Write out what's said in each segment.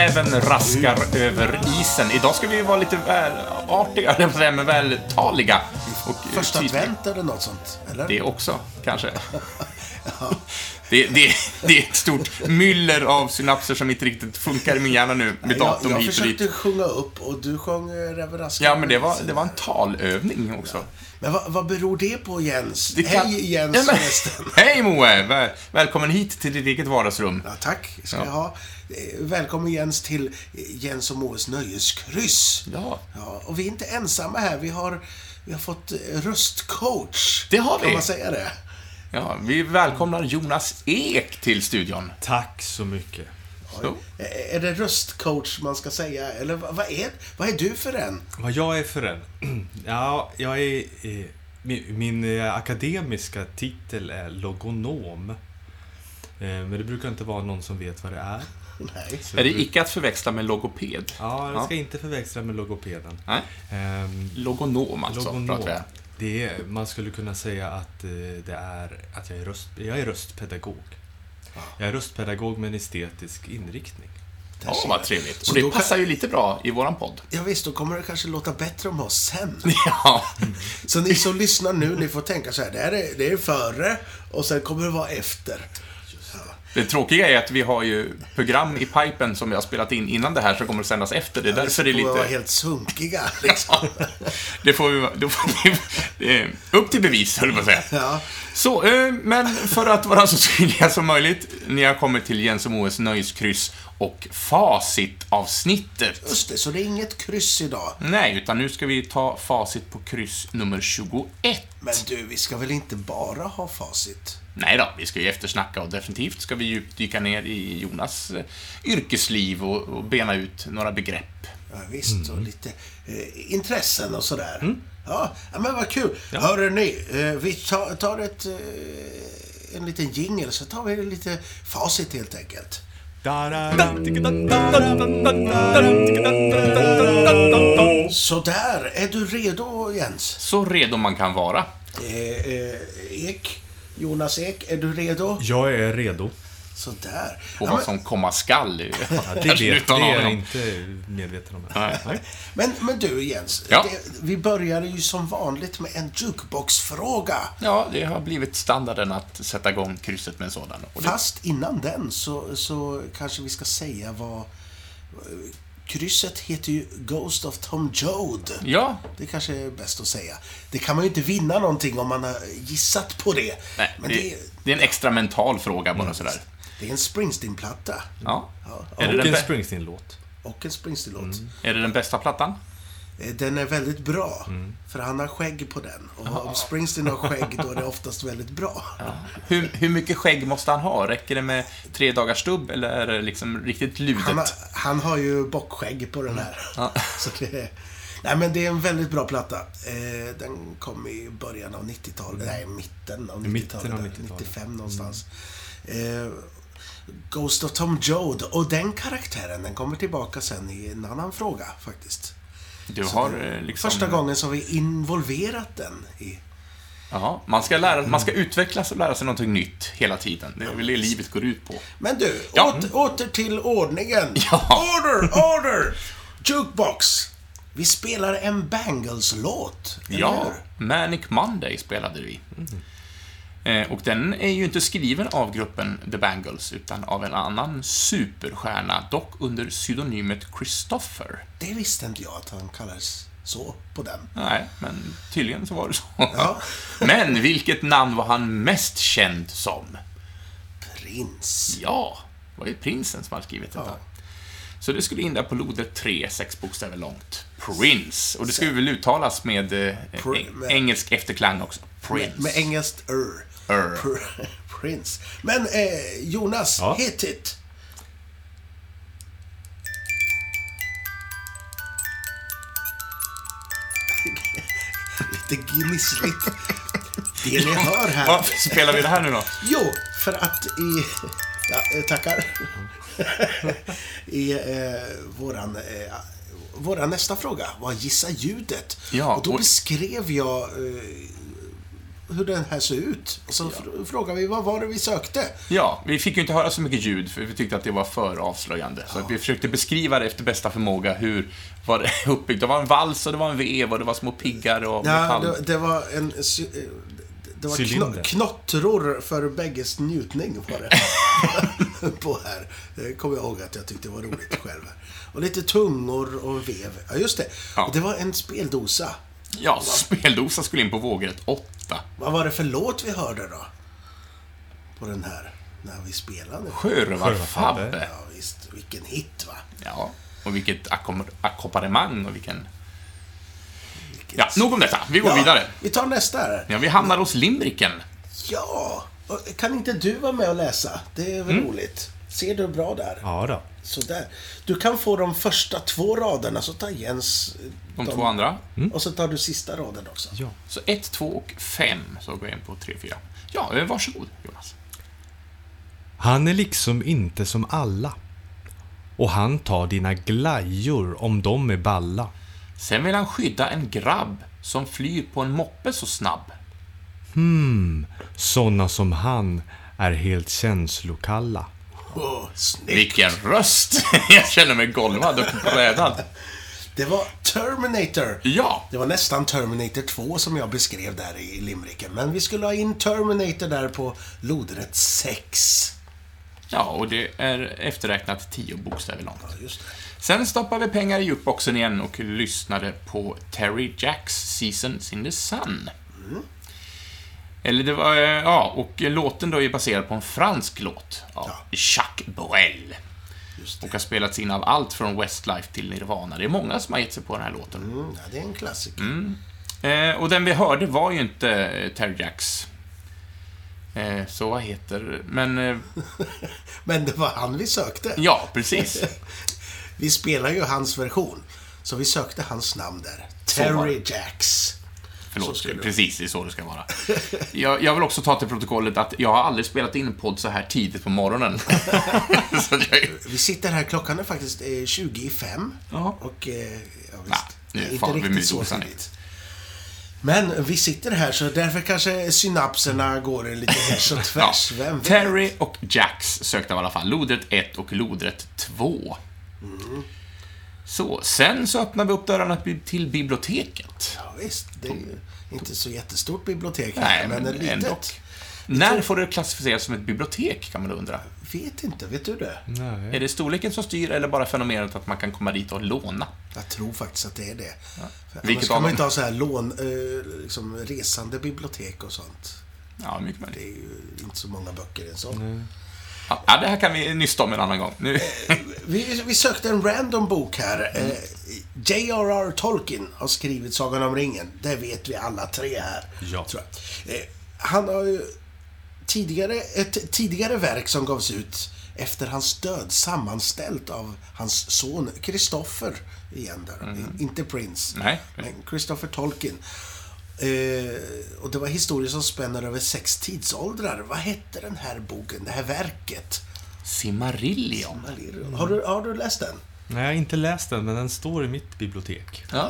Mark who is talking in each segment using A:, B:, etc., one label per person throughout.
A: Räven raskar över isen. Idag ska vi vara lite välartiga, men vältaliga. Och
B: första advent eller något sånt, eller?
A: Det också, kanske. Det är ett stort myller av synapser som inte riktigt funkar i min hjärna nu med datorn
B: jag
A: hit och
B: försökte
A: dit.
B: sjunga upp och du sjöng Räven raskar.
A: Ja, men det var en talövning också.
B: Men vad beror det på, Jens? Hej, Jens.
A: Ja, hej, Moe! Välkommen hit till ditt eget vardagsrum.
B: Ja, tack. Ska jag ha. Välkommen, Jens, till Jens och Moes nöjeskryss.
A: Ja.
B: Och vi är inte ensamma här. Vi har fått röstcoach.
A: Det har vi.
B: Kan man säga det?
A: Ja, vi välkomnar Jonas Ek till studion.
C: Tack så mycket.
A: Så.
B: Är det röstcoach man ska säga? Eller vad är du för en?
C: Vad jag är för en? Ja, jag är... Min akademiska titel är logonom. Men det brukar inte vara någon som vet vad det är.
B: Nej.
A: Är det icke att förväxla med logoped?
C: Ja, jag ska inte förväxla med logopeden.
A: Nej. Logonom alltså.
C: Logonom. Man skulle kunna säga att det är att jag är röstpedagog. Jag är röstpedagog med en estetisk inriktning.
A: Vad trevligt. Och det passar ju lite bra i våran podd.
B: Ja visst, då kommer det kanske låta bättre om oss sen.
A: Ja.
B: Så ni som lyssnar nu, ni får tänka så här, det är före och sen kommer det vara efter.
A: Det tråkiga är att vi har ju program i pipen som vi har spelat in innan det här, så kommer det sändas efter. Det är därför det är lite...
B: vara helt sunkiga, liksom.
A: Det får vi upp till bevis, höll jag på att säga.
B: Ja.
A: Så, men för att vara så tydliga som möjligt, ni har kommit till Jens och Moes nöjeskryss och facitavsnittet.
B: Just det, så det är inget kryss idag.
A: Nej, utan nu ska vi ta facit på kryss nummer 21.
B: Men du, vi ska väl inte bara ha facit?
A: Nej då, vi ska ju eftersnacka och definitivt ska vi djupdyka ner i Jonas yrkesliv och bena ut några begrepp.
B: Ja, visst, och lite intressen och sådär. Ja, men vad kul. Ja. Hörru ni, vi tar en liten jingle, så tar vi lite facit helt enkelt. Så där, är du redo, Jens?
A: Så redo man kan vara.
B: Jonas Ek, är du redo?
C: Jag är redo.
B: Så där.
A: På vad som komma skall.
C: Det är jag inte medveten om.
A: Nej.
B: Men du, Jens, vi började ju som vanligt med en jukebox-fråga.
A: Ja, det har blivit standarden att sätta igång krysset med en sådan.
B: Fast innan den så kanske vi ska säga vad... Krysset heter ju Ghost of Tom Joad.
A: Ja.
B: Det kanske är bäst att säga. Det kan man ju inte vinna någonting om man har gissat på det.
A: Nej, men det är en extra mental fråga bara sådär.
B: Det är en Springsteen-platta.
A: Ja.
C: Och en Springsteen-låt.
B: Och en Springsteen-låt.
A: Är det den bästa plattan?
B: Den är väldigt bra. För han har skägg på den. Och om Springsteen har skägg, då är det oftast väldigt bra.
A: Ja. Hur mycket skägg måste han ha? Räcker det med 3 dagars stubb eller är det liksom riktigt ludet?
B: Han har ju bockskägg på den här.
A: Ja.
B: Så nej, men det är en väldigt bra platta. Den kom i början av 90-talet. Nej, mitten av 90-talet. 95 någonstans. Ghost of Tom Joad. Och den karaktären, den kommer tillbaka sen i en annan fråga faktiskt.
A: Du har liksom...
B: Första gången som vi involverat den i...
A: Jaha, man ska utvecklas och lära sig någonting nytt hela tiden. Det är väl det livet går ut på.
B: Men du,
A: Ja.
B: åter till ordningen.
A: Ja.
B: Order! Jukebox. Vi spelar en Bangles-låt.
A: Ja, Manic Monday spelade vi. Och den är ju inte skriven av gruppen The Bangles utan av en annan superstjärna, dock under pseudonymet Christopher.
B: Det visste inte jag att han kallades så på den.
A: Nej, men tydligen så var det så.
B: Ja.
A: Men vilket namn var han mest känd som?
B: Prins.
A: Ja, det var ju prinsen som hade skrivit detta.
B: Ja.
A: Så det skulle in där på lodret 6 bokstäver långt. Prince. Och det skulle väl uttalas med engelsk efterklang också. Prince.
B: Med engelskt Prince. Men Jonas, hit it. Lite gnissligt. Det ni hör här.
A: Varför spelar vi det här nu då?
B: Jo, för att tackar. I våran nästa fråga var gissa ljudet.
A: Ja,
B: och då beskrev jag hur den här ser ut. Och så frågade vi, vad var det vi sökte?
A: Ja, vi fick ju inte höra så mycket ljud för vi tyckte att det var för avslöjande. Så att vi försökte beskriva det efter bästa förmåga hur var det uppbyggt. Det var en vals och det var en vev och det var små piggar och metall.
B: Det var en... Det var knottror för bägges njutning var det på här. Det kommer jag ihåg att jag tyckte var roligt själv. Och lite tungor och vev. Ja, just det. Ja. Det var en speldosa.
A: Ja, speldosa skulle in på vågrätt 8.
B: Vad var det för låt vi hörde då? På den här, när vi spelade.
A: Sjörövarfabbe.
B: Ja, visst. Vilken hit, va?
A: Ja, och vilket ackompanjemang och vilken... Ja, nog om detta. Vi går vidare.
B: Vi tar nästa här.
A: Ja, vi hamnar hos limericken.
B: Ja, kan inte du vara med och läsa? Det är väl roligt. Ser du bra där?
C: Ja då.
B: Sådär. Du kan få de första 2 raderna, så tar Jens
A: de 2 andra.
B: Och så tar du sista raden också.
A: Ja. Så 1, 2 och 5. Så går jag in på 3, 4. Ja, varsågod, Jonas.
C: Han är liksom inte som alla. Och han tar dina glajjor om de är balla.
A: Sen vill han skydda en grabb som flyr på en moppe så snabb.
C: Såna som han är helt känslokalla.
A: Vilken röst! Jag känner mig golvad och brädad.
B: Det var Terminator.
A: Ja.
B: Det var nästan Terminator 2 som jag beskrev där i limericken. Men vi skulle ha in Terminator där på lodrätt 6.
A: Ja, och det är efterräknat 10 bokstäver långt.
B: Ja, just det.
A: Sen stoppade vi pengar i jukeboxen igen och lyssnade på Terry Jacks Seasons in the Sun. Eller det var, ja, och låten då är baserad på en fransk låt av Jacques Brel. Och har spelats in av allt från Westlife till Nirvana. Det är många som har gett sig på den här låten.
B: Ja, det är en klassiker.
A: Och den vi hörde var ju inte Terry Jacks. Så vad heter... Men
B: det var han vi sökte.
A: Ja, precis.
B: Vi spelar ju hans version. Så vi sökte hans namn där. Terry Jacks.
A: Förlåt, precis, det är så det ska vara. Jag vill också ta till protokollet att jag har aldrig spelat in podd så här tidigt på morgonen. Så
B: vi sitter här, klockan är faktiskt 20:05. Och
A: nu
B: inte riktigt så tidigt. Men vi sitter här, så därför kanske synapserna går lite härs och tvärs. Vem vet?
A: Terry och Jacks sökte i alla fall lodrätt 1 och lodrätt 2. Så, sen så öppnar vi upp dörrarna till biblioteket.
B: Ja visst, det är ju inte så jättestort bibliotek.
A: Nej,
B: men litet.
A: Ändå. När får det klassificeras som ett bibliotek, kan man undra?
B: Vet inte, vet du det?
C: Nej.
A: Är det storleken som styr eller bara fenomenet att man kan komma dit och låna?
B: Jag tror faktiskt att det är det.
A: Ja.
B: Vilket kan man inte ha så här liksom resande bibliotek och sånt.
A: Ja, mycket möjligt.
B: Det är ju inte så många böcker i en sån.
A: Ja, det här kan vi nysta om en annan gång. Nu.
B: Vi sökte en random bok här. J.R.R. Tolkien har skrivit Sagan om ringen. Det vet vi alla 3 här.
C: Ja.
B: Tror jag. Han har ju ett tidigare verk som gavs ut efter hans död sammanställt av hans son Christopher igen där. Inte Prince.
A: Nej.
B: Men Christopher Tolkien. Och det var historier som spänner över 6 tidsåldrar. Vad hette den här boken, det här verket?
A: Silmarillion.
B: Har du läst den?
C: Nej, jag har inte läst den, men den står i mitt bibliotek.
A: Ja.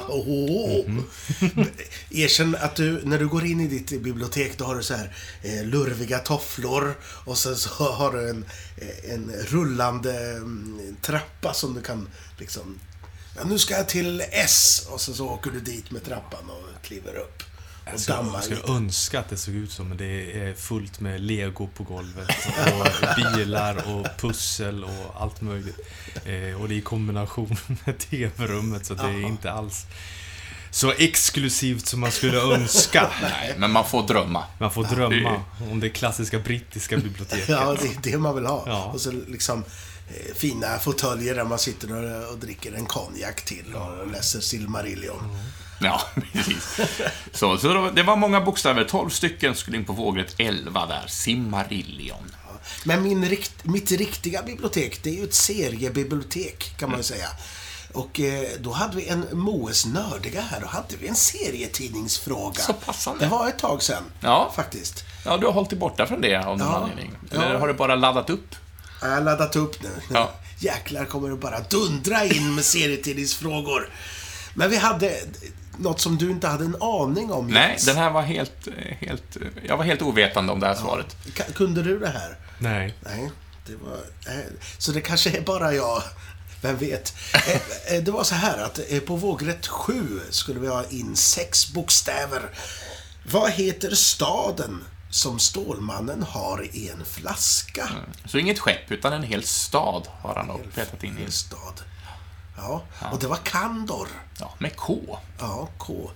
B: Erkänn att när du går in i ditt bibliotek, då har du så här lurviga tofflor och sen så har du en rullande trappa som du kan liksom... Ja, nu ska jag till S och så åker du dit med trappan och kliver upp. Och
C: jag skulle önska att det såg ut som, men det är fullt med Lego på golvet och bilar och pussel och allt möjligt. Och det är i kombination med tv-rummet, så det är inte alls så exklusivt som man skulle önska.
A: Nej, men man får drömma.
C: Man får drömma om det klassiska brittiska biblioteket.
B: Ja, det är det man vill ha.
C: Ja.
B: Och så liksom fina fåtöljer där man sitter och dricker en konjak till och läser Silmarillion.
A: Ja, precis. Så det var många bokstäver. 12 stycken skulle in på vågrätt 11 där. Silmarillion.
B: Ja. Men mitt riktiga bibliotek, det är ju ett seriebibliotek kan man ju säga. Och då hade vi en Moes nördiga här. Då hade vi en serietidningsfråga.
A: Så passande.
B: Det var ett tag sedan, faktiskt.
A: Ja, du har hållit dig borta från det av någon anledning. Eller har du bara laddat upp?
B: Jag har laddat upp nu.
A: Ja.
B: Jäklar kommer det bara dundra in med serietidningsfrågor. Men vi hade... något som du inte hade en aning om.
A: Nej,
B: Jens.
A: den här var jag var helt ovetande om det här svaret.
B: Kunde du det här?
C: Nej.
B: Nej, det var... Så det kanske är bara jag. Vem vet? Det var så här att på vågrätt 7 skulle vi ha in 6 bokstäver. Vad heter staden som Stålmannen har i en flaska?
A: Så inget skepp, utan en hel stad har han då petat in i.
B: En stad. Ja, och det var Kandor.
A: Ja, med K.
B: Ja, K.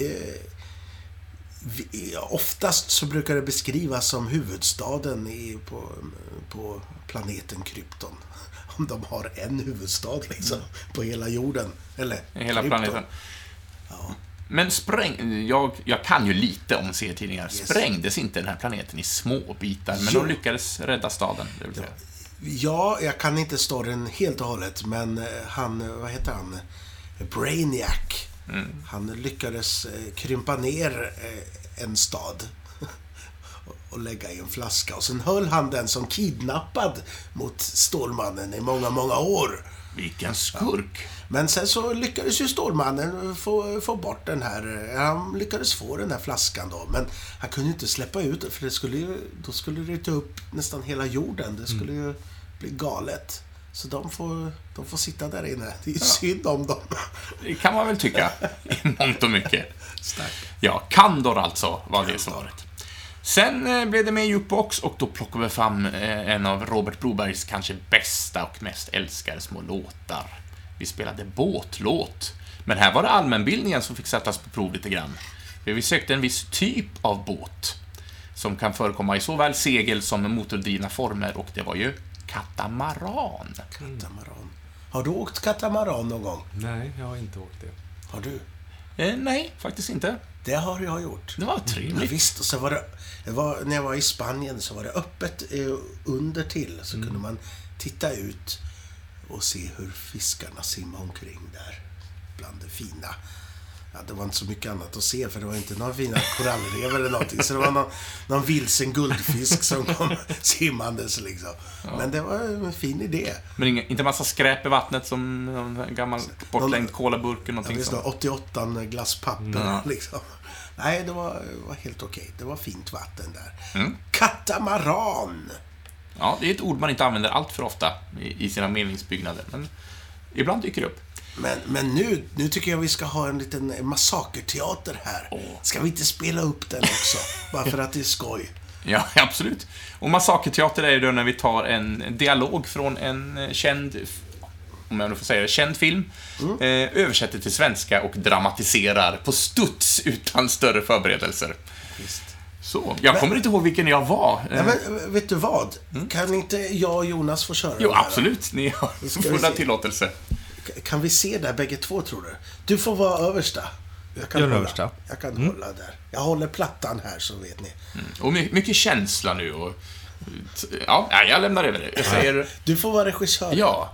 B: Oftast så brukar det beskrivas som huvudstaden på planeten Krypton. Om de har en huvudstad liksom, på hela jorden. Eller
A: Hela
B: Krypton.
A: planeten.
B: Ja.
A: Men jag kan ju lite om serietidningar. Sprängdes inte den här planeten i små bitar, men de lyckades rädda staden, det vill säga.
B: Ja, jag kan inte storyn helt och hållet, men vad heter han? Brainiac. Han lyckades krympa ner en stad och lägga i en flaska. Och sen höll han den som kidnappad mot Stålmannen i många, många år.
A: Vilken skurk.
B: Men sen så lyckades ju Stålmannen få bort den här. Han lyckades få den här flaskan då. Men han kunde ju inte släppa ut det, för då skulle det ta upp nästan hela jorden. Det skulle ju bli galet. Så de får sitta där inne. Det är synd om dem.
A: Det kan man väl tycka, i mångt och mycket.
B: Stark.
A: Ja, Kandor alltså var det svaret. Sen blev det med jukebox, och då plockade vi fram en av Robert Brobergs kanske bästa och mest älskade små låtar. Vi spelade båtlåt, men här var det allmänbildningen som fick sättas på prov lite grann. Vi sökte en viss typ av båt som kan förekomma i såväl segel som motorddrivna former, och det var ju katamaran.
B: Katamaran. Har du åkt katamaran någon gång?
C: Nej, jag har inte åkt det.
B: Har du?
A: Nej, faktiskt inte.
B: Det har jag gjort.
A: Det var
B: Ja,
A: trevligt.
B: visst, och så när jag var i Spanien så var det öppet under till, så kunde man titta ut och se hur fiskarna simmade omkring där bland det fina. Ja, det var inte så mycket annat att se, för det var inte några fina korallrev eller någonting, så det var någon vilsen guldfisk som kom simmandes liksom. Ja. Men det var en fin idé.
A: Men inte massa skräp i vattnet som en gammal bortlängd kolaburk eller någonting
B: sånt. 88 glasspapper liksom. Nej, det var helt okej. Det var fint vatten där. Katamaran.
A: Ja, det är ett ord man inte använder allt för ofta i sina meningsbyggnader, men ibland dyker det upp.
B: Men nu tycker jag vi ska ha en liten massakerteater här. Ska vi inte spela upp den också? Bara för att det är skoj.
A: Ja, absolut. Och massakerteater är ju då när vi tar en dialog från en känd, om jag nu får säga det, känd film, översätter till svenska och dramatiserar på studs utan större förberedelser.
B: Visst.
A: Så, jag kommer inte ihåg vilken jag var.
B: Ja, men vet du vad? Kan inte jag och Jonas få köra?
A: Jo, absolut. Ni har fulla tillåtelse.
B: Kan vi se där bägge två, tror du? Du får vara översta. Jag kan hålla där. Jag håller plattan här, så vet ni.
A: Och mycket känsla nu. Och, ja, jag lämnar över det. Jag säger...
B: Du får vara regissör.
A: Ja.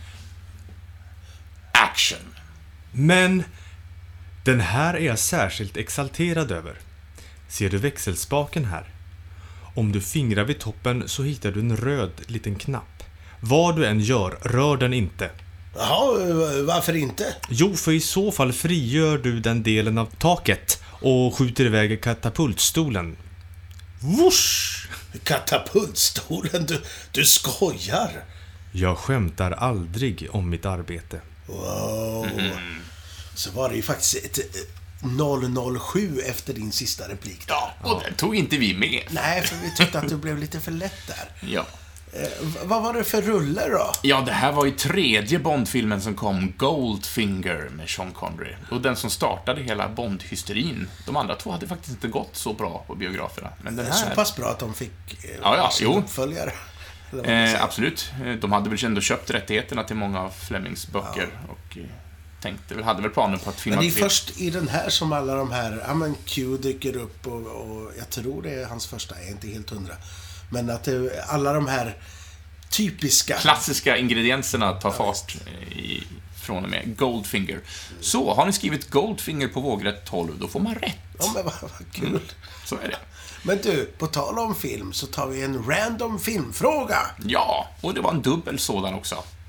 A: Action.
C: Men den här är jag särskilt exalterad över. Ser du växelspaken här? Om du fingrar vid toppen så hittar du en röd liten knapp. Vad du än gör, rör den inte.
B: Jaha, varför inte?
C: Jo, för i så fall frigör du den delen av taket och skjuter iväg katapultstolen. Whoosh!
B: Katapultstolen? Du skojar!
C: Jag skämtar aldrig om mitt arbete.
B: Wow. Så var det ju faktiskt ett 007 efter din sista replik.
A: Ja, och den tog inte vi med.
B: Nej, för vi tyckte att du blev lite för lätt där.
A: Ja.
B: Vad var det för rulle då?
A: Ja, det här var ju tredje Bond-filmen som kom, Goldfinger med Sean Connery. Och den som startade hela Bond-hysterin. De andra två hade faktiskt inte gått så bra på biograferna. Men den här...
B: Så pass bra att de fick uppföljare.
A: Absolut. De hade väl ändå köpt rättigheterna till många av Flemings böcker. Och hade väl planer på att filma.
B: Men det är först i den här som alla de här, Q dyker upp och jag tror det är hans första, jag är inte helt 100. Men att alla de här typiska...
A: klassiska ingredienserna tar fast från och med Goldfinger. Så, har ni skrivit Goldfinger på vågrätt 12, då får man rätt.
B: Ja, men vad kul.
A: Så är det.
B: Men du, på tal om film så tar vi en random filmfråga.
A: Ja, och det var en dubbel sådan också.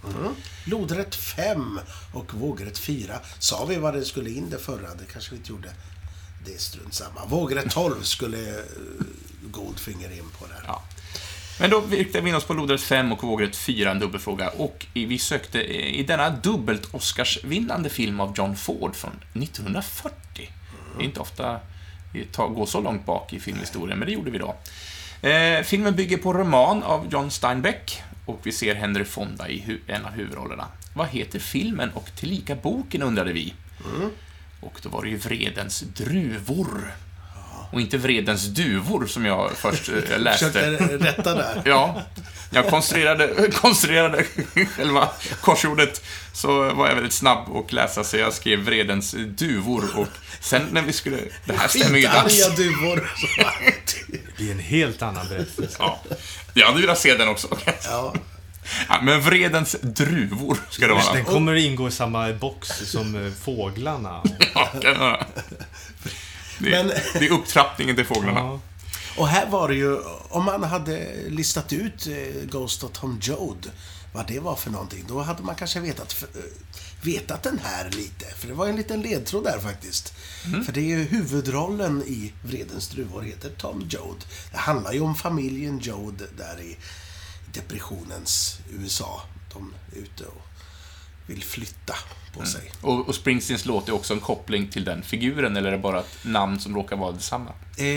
B: Lodrätt 5 och vågrätt 4. Sa vi vad det skulle in det förra? Det kanske vi inte gjorde. Det är strunt samma. Vågrätt 12 skulle Goldfinger in på där.
A: Ja. Men då riktade vi in oss på lodrätt 5 och vågrätt 4, en dubbelfråga. Och vi sökte i denna dubbelt Oscarsvinnande film av John Ford från 1940. Det är inte ofta vi går så långt bak i filmhistorien, men det gjorde vi då. Filmen bygger på roman av John Steinbeck och vi ser Henry Fonda i en av huvudrollerna. Vad heter filmen och tillika boken, undrade vi. Och då var det ju Vredens druvor. Och inte Vredens duvor som jag först läste.
B: Försökte rätta där.
A: Ja, jag konstruerade själva korsordet, så var jag väldigt snabb att läsa, så jag skrev Vredens duvor. Och sen när vi skulle... Det här stämmer ju
B: Arga duvor.
C: Det blir en helt annan berättelse.
A: Ja, jag hade velat se den också.
B: Ja.
A: Ja, men Vredens druvor ska det vara.
C: Den kommer att ingå i samma box som fåglarna.
A: Ja, kan jag göra. Det är upptrappningen till fåglarna.
C: Ja.
B: Och här var det ju, om man hade listat ut Ghost of Tom Joad, vad det var för någonting, då hade man kanske vetat den här lite. För det var en liten ledtråd där faktiskt. För det är ju huvudrollen i Vredens druvor heter Tom Joad. Det handlar ju om familjen Joad där i depressionens USA. De är ute och vill flytta på sig.
A: Och Springsteens låt är också en koppling till den figuren, eller är det bara ett namn som råkar vara detsamma?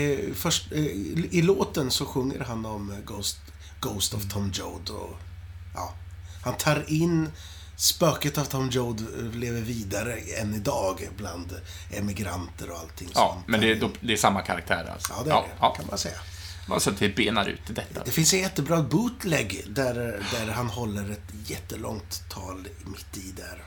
B: I låten så sjunger han om Ghost of Tom Joad och ja, han tar in spöket av Tom Joad lever vidare än idag bland emigranter och allting.
A: Ja, men det är samma karaktär alltså.
B: Ja, det är det, kan man säga.
A: Så att det benar ut detta.
B: Det finns en jättebra bootleg där han håller ett jättelångt tal mitt i där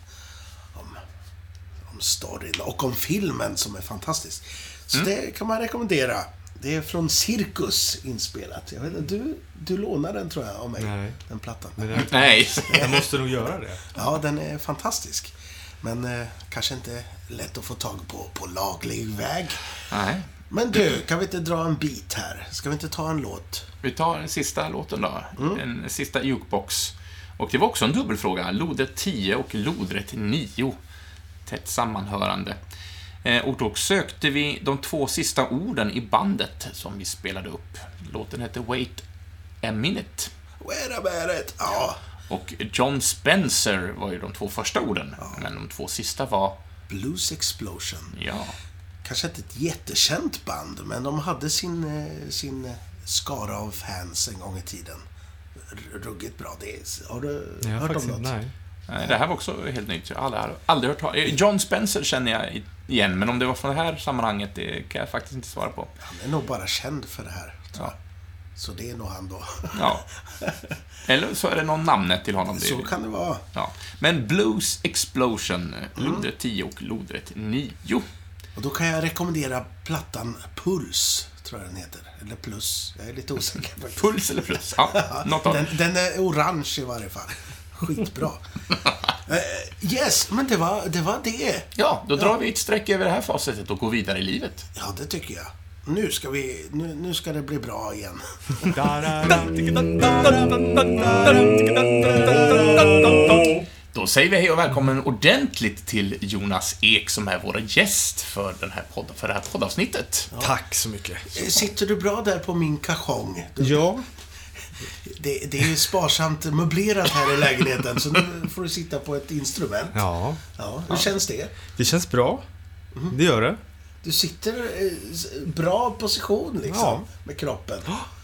B: om storyn och om filmen som är fantastisk. Så det kan man rekommendera. Det är från Cirkus inspelat. Jag vet inte, du lånar den tror jag av mig.
C: Nej.
B: Den plattan.
A: Nej.
C: Jag måste nog göra det.
B: Ja, den är fantastisk. Men kanske inte lätt att få tag på laglig väg.
A: Nej.
B: Men du, kan vi inte dra en bit här? Ska vi inte ta en låt?
A: Vi tar den sista låten då. En sista jukebox. Och det var också en dubbelfråga. Lodrätt 10 och lodrätt 9. Tätt sammanhörande. Och då sökte vi de 2 sista orden i bandet som vi spelade upp. Låten hette Wait a Minute.
B: Wait a minute, ja.
A: Och John Spencer var ju de 2 första orden. Ja. Men de 2 sista var...
B: Blues Explosion.
A: Ja.
B: Kanske inte ett jättekänt band, men de hade sin skara av fans en gång i tiden. Ruggigt bra. Har du hört om något?
C: Nej.
A: Det här var också helt nytt. Jag har aldrig hört talas. John Spencer känner jag igen, men om det var från det här sammanhanget, det kan jag faktiskt inte svara på.
B: Han är nog bara känd för det här, tror jag. Så det är nog han då.
A: Ja. Eller så är det någon namnet till honom.
B: Så kan det vara.
A: Ja. Men Blues Explosion, lodrätt 10 och lodrätt 9.
B: Och då kan jag rekommendera plattan Puls, tror jag den heter. Eller Plus, jag är lite osäker.
A: Puls eller Plus? Ja, något av
B: den är orange i varje fall. Skitbra. Yes, men det var det.
A: Ja, då drar vi ett streck över det här facetet och går vidare i livet.
B: Ja, det tycker jag. Nu ska det bli bra igen.
A: Då säger vi hej och välkommen ordentligt till Jonas Ek som är vår gäst för det här poddavsnittet.
C: Ja. Tack så mycket.
B: Sitter du bra där på min kajong?
C: Ja.
B: Det är ju sparsamt möblerat här i lägenheten, så nu får du sitta på ett instrument.
C: Ja.
B: Hur känns det?
C: Det känns bra. Det gör det.
B: Du sitter bra position liksom, med kroppen.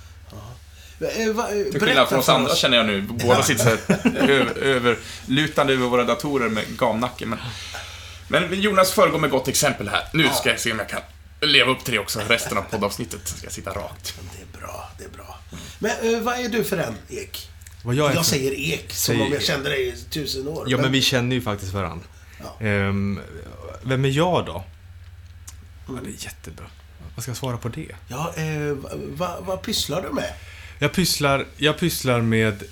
A: Till skillnad från oss andra känner jag nu. Båda sitter överlutande över våra datorer med gamnacken. Men Jonas föregår med gott exempel här. Nu ska jag se om jag kan leva upp till det också. Resten av poddavsnittet ska jag sitta rakt.
B: Det är bra. Men vad är du för en, Ek? Jag säger Ek, som om jag kände dig i 1000 år.
C: Ja, men vi känner ju faktiskt varandra. Ja. Vem är jag då? Ja, det är jättebra. Vad ska jag svara på det?
B: Ja, vad pysslar du med?
C: Jag pysslar med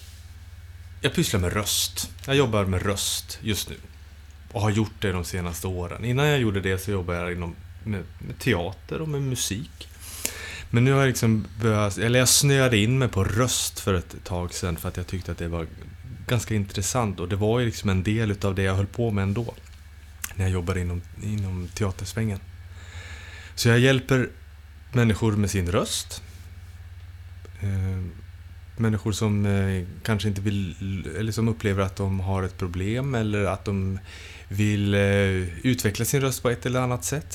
C: röst. Jag jobbar med röst just nu. Och har gjort det de senaste åren. Innan jag gjorde det så jobbade jag med teater och med musik. Men nu har jag jag snöade in mig på röst för ett tag sedan för att jag tyckte att det var ganska intressant, och det var ju liksom en del utav det jag höll på med ändå när jag jobbade inom teatersvängen. Så jag hjälper människor med sin röst. Människor som kanske inte vill, eller som upplever att de har ett problem, eller att de vill utveckla sin röst på ett eller annat sätt.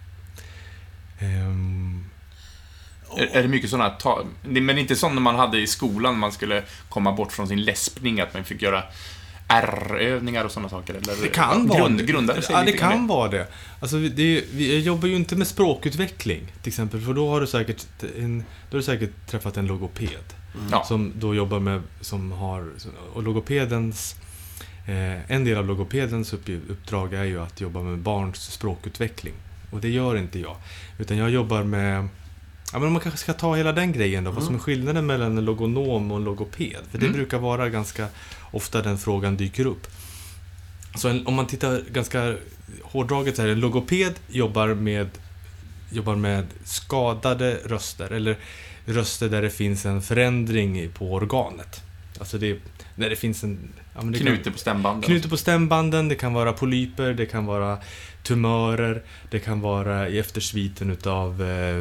A: Är det mycket sådana men inte som när man hade i skolan, man skulle komma bort från sin läspning, att man fick göra R-övningar och sådana saker, eller
C: det kan vara
A: det.
C: Det kan vara det. Alltså vi jobbar ju inte med språkutveckling till exempel, för då har du säkert träffat en logoped som då jobbar med, och logopedens en del av logopedens uppdrag är ju att jobba med barns språkutveckling, och det gör inte jag, utan jag jobbar med, men man kanske ska ta hela den grejen då, vad som är skillnaden mellan en logonom och en logoped, för det brukar vara ganska ofta den frågan dyker upp. Så om man tittar ganska hårdraget så här, en logoped jobbar med skadade röster, eller röster där det finns en förändring på organet. Alltså när det finns
A: knuter på stämbanden.
C: Knuter på stämbanden, det kan vara polyper, det kan vara tumörer, det kan vara i eftersviten utav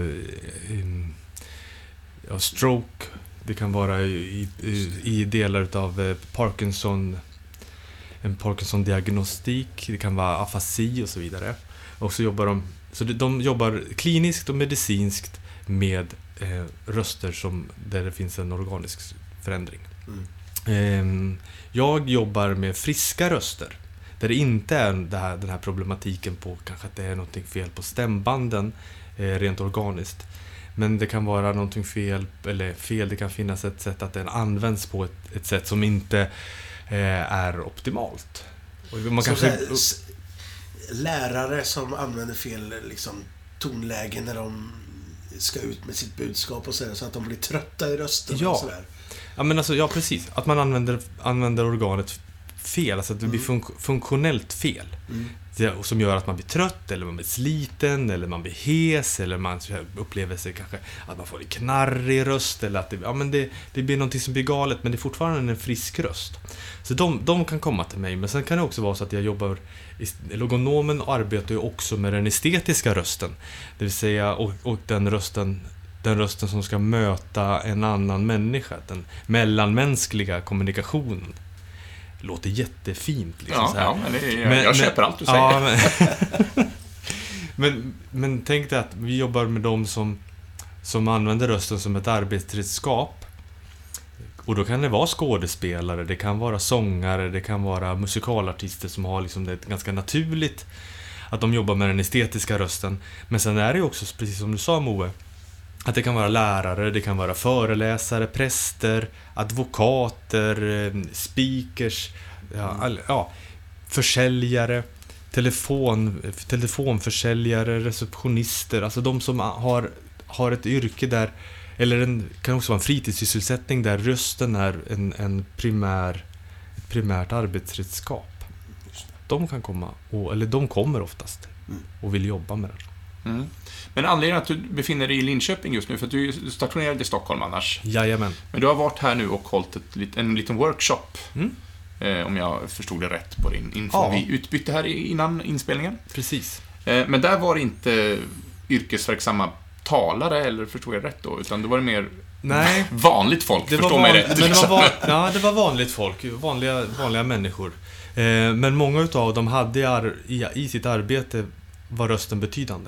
C: stroke, det kan vara i delar utav en Parkinson-diagnostik, det kan vara afasi och så vidare. Och så jobbar de jobbar kliniskt och medicinskt med röster där det finns en organisk förändring. Jag jobbar med friska röster, där det inte är den här problematiken på kanske att det är någonting fel på stämbanden rent organiskt. Men det kan vara någonting fel, det kan finnas ett sätt att den används på ett sätt som inte är optimalt. Och man kanske
B: lärare som använder fel tonläge när de ska ut med sitt budskap och så att de blir trötta i rösten och sådär.
C: Ja, men alltså, precis. Att man använder organet fel, alltså att det blir funktionellt fel. Som gör att man blir trött, eller man blir sliten, eller man blir hes, eller man upplever sig kanske att man får en knarrig röst, eller att det blir någonting som blir galet, men det är fortfarande en frisk röst. Så de kan komma till mig, men sen kan det också vara så att jag jobbar logonomen och arbetar ju också med den estetiska rösten, det vill säga och den rösten som ska möta en annan människa, den mellanmänskliga kommunikationen. Låter jättefint så här.
A: Jag köper allt du säger.
C: Men tänk dig att vi jobbar med dem som använder rösten som ett arbetsredskap. Och då kan det vara skådespelare, det kan vara sångare, det kan vara musikalartister som har det ganska naturligt att de jobbar med den estetiska rösten. Men sen är det också, precis som du sa, Moe, att det kan vara lärare, det kan vara föreläsare, präster, advokater, speakers, försäljare, telefonförsäljare, receptionister, alltså de som har ett yrke där, eller kan också vara en fritidssysselsättning där rösten är ett primärt arbetsredskap. De kan komma, eller de kommer oftast och vill jobba med det.
A: Men anledningen att du befinner dig i Linköping just nu, för att du är stationerad i Stockholm annars.
C: Jajamän.
A: Men du har varit här nu och hållit en liten workshop, om jag förstod det rätt på din info. Vi utbytte här innan inspelningen.
C: Precis.
A: Men där var det inte yrkesverksamma talare, eller förstod jag rätt då? Utan det var mer vanligt folk, förstår mig rätt.
C: Det var vanligt folk, vanliga människor. Men många utav dem hade i sitt arbete var rösten betydande.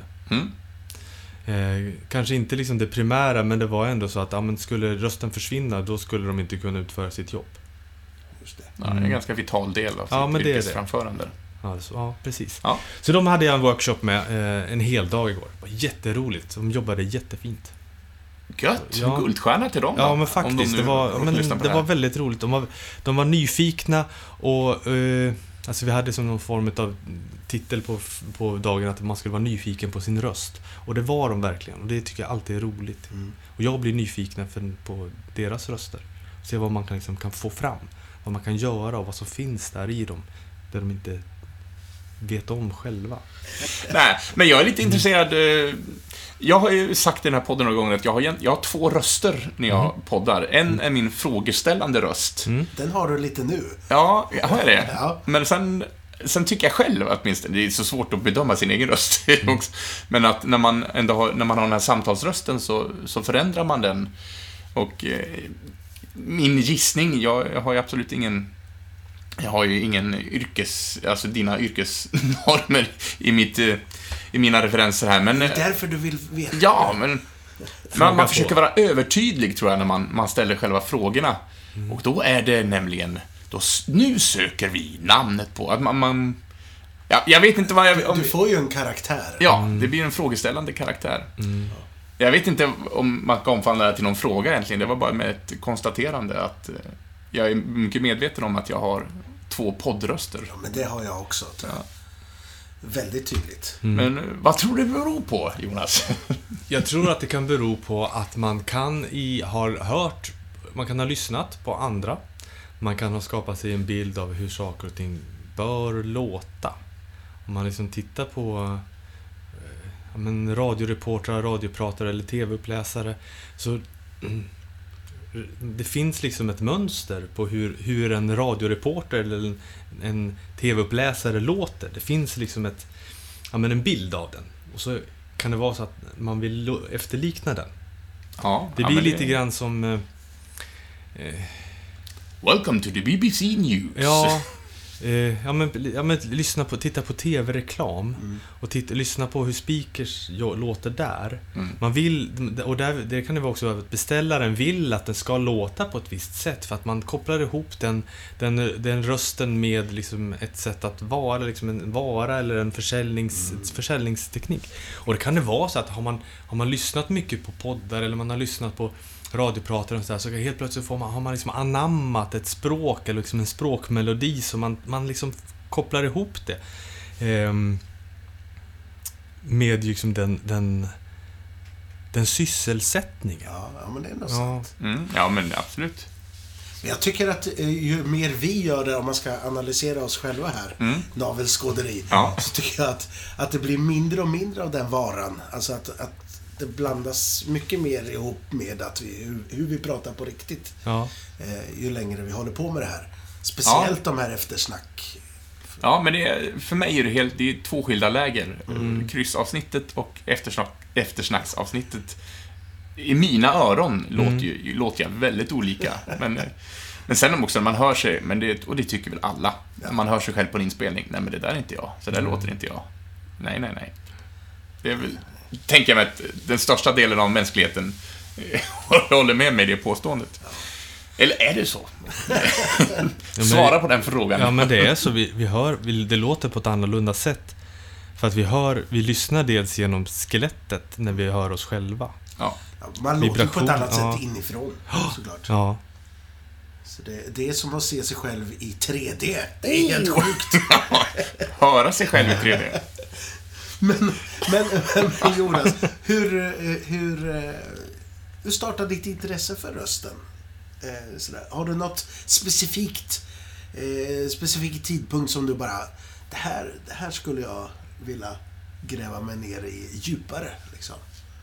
C: Kanske inte det primära, men det var ändå så att skulle rösten försvinna, då skulle de inte kunna utföra sitt jobb.
B: Just det.
A: Det är en ganska vital del av sitt yrkesframförande.
C: Alltså, precis. Ja. Så de hade jag en workshop med en hel dag igår. Det var jätteroligt. De jobbade jättefint.
A: Gött, guldstjärna till dem.
C: Ja, men faktiskt. Det var väldigt roligt. De var nyfikna och vi hade som någon form av titel på dagen att man skulle vara nyfiken på sin röst. Och det var de verkligen. Och det tycker jag alltid är roligt. Och jag blir nyfiken på deras röster. Se vad man kan få fram. Vad man kan göra och vad som finns där i dem. Där de inte vet om själva.
A: Nej, men jag är lite intresserad. Jag har ju sagt i den här podden några gånger att jag har 2 röster när jag poddar. En är min frågeställande röst.
B: Den har du lite nu.
A: Ja, har jag det?
B: Ja.
A: Men sen tycker jag själv att det är så svårt att bedöma sin egen röst också. Men att när man har den här samtalsrösten så förändrar man den. Och min gissning, jag har ju absolut ingen... Jag har ju ingen alltså dina yrkesnormer i mina referenser här, men...
B: Det är därför du vill veta.
A: Ja, men... Man försöker vara övertydlig, tror jag, när man ställer själva frågorna. Och då är det nämligen... Nu söker vi namnet på... Att man ja, jag vet inte vad jag...
B: Du får ju en karaktär.
A: Ja, det blir en frågeställande karaktär. Jag vet inte om man kan omfamna det till någon fråga egentligen. Det var bara med ett konstaterande att... Jag är mycket medveten om att jag har 2 poddröster.
B: Ja, men det har jag också. Ja. Väldigt tydligt.
A: Men vad tror du det beror på, Jonas?
C: Jag tror att det kan bero på att man kan ha lyssnat på andra. Man kan ha skapat sig en bild av hur saker och ting bör låta. Om man liksom tittar på radioreportrar, radiopratare eller tv-uppläsare, så det finns liksom ett mönster på hur en radioreporter eller en tv-uppläsare låter. Det finns liksom en bild av den. Och så kan det vara så att man vill efterlikna den.
A: Ja,
C: det blir lite grann som...
A: Welcome to the BBC News.
C: Ja, titta på tv-reklam och lyssna på hur speakers låter där. Man vill, och det kan det vara också att beställaren vill att den ska låta på ett visst sätt, för att man kopplar ihop den rösten med liksom ett sätt att vara, liksom en vara eller en försäljningsteknik. Och det kan det vara så att har man lyssnat mycket på poddar eller man har lyssnat på radiopratare och så helt plötsligt har man liksom anammat ett språk eller liksom en språkmelodi, så man liksom kopplar ihop det med liksom den sysselsättningen.
B: Ja, men det är nog sant.
A: Ja, men absolut.
B: Men jag tycker att ju mer vi gör det, om man ska analysera oss själva här, navelskåderi, så tycker jag att det blir mindre och mindre av den varan. Alltså att det blandas mycket mer ihop med hur vi pratar på riktigt.
C: Ja.
B: Ju längre vi håller på med det här. Speciellt de här eftersnack.
A: Ja, men för mig är det är 2 skilda läger. Kryssavsnittet och eftersnacksavsnittet. I mina öron låter jag väldigt olika. Men sen också när man hör sig, och det tycker väl alla, när man hör sig själv på en inspelning, nej men det där är inte jag, så där låter inte jag. Nej. Det är väl, tänker jag mig att den största delen av mänskligheten håller med mig i det påståendet. Eller är det så? Svara på den frågan.
C: Ja, men det är så. Det låter på ett annorlunda sätt. För att vi lyssnar dels genom skelettet när vi hör oss själva.
B: Ja. Man låter på ett annat sätt inifrån, såklart.
C: Ja.
B: Så det är som att se sig själv i 3D. Det är helt sjukt.
A: Höra sig själv i 3D.
B: Men Jonas, hur startade ditt intresse för rösten? Har du något specifik tidpunkt som du bara, det här skulle jag vilja gräva mig ner i djupare liksom?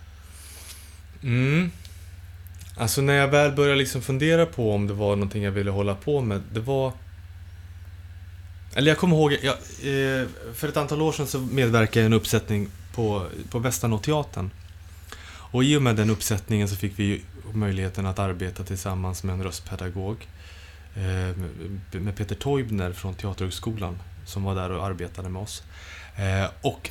C: Alltså när jag väl började liksom fundera på om det var någonting jag ville hålla på med, det var... Eller jag kommer ihåg, för ett antal år sedan så medverkade jag i en uppsättning på Västanå-teatern. Och i och med den uppsättningen så fick vi möjligheten att arbeta tillsammans med en röstpedagog, med Peter Teubner från Teaterhögskolan, som var där och arbetade med oss. Och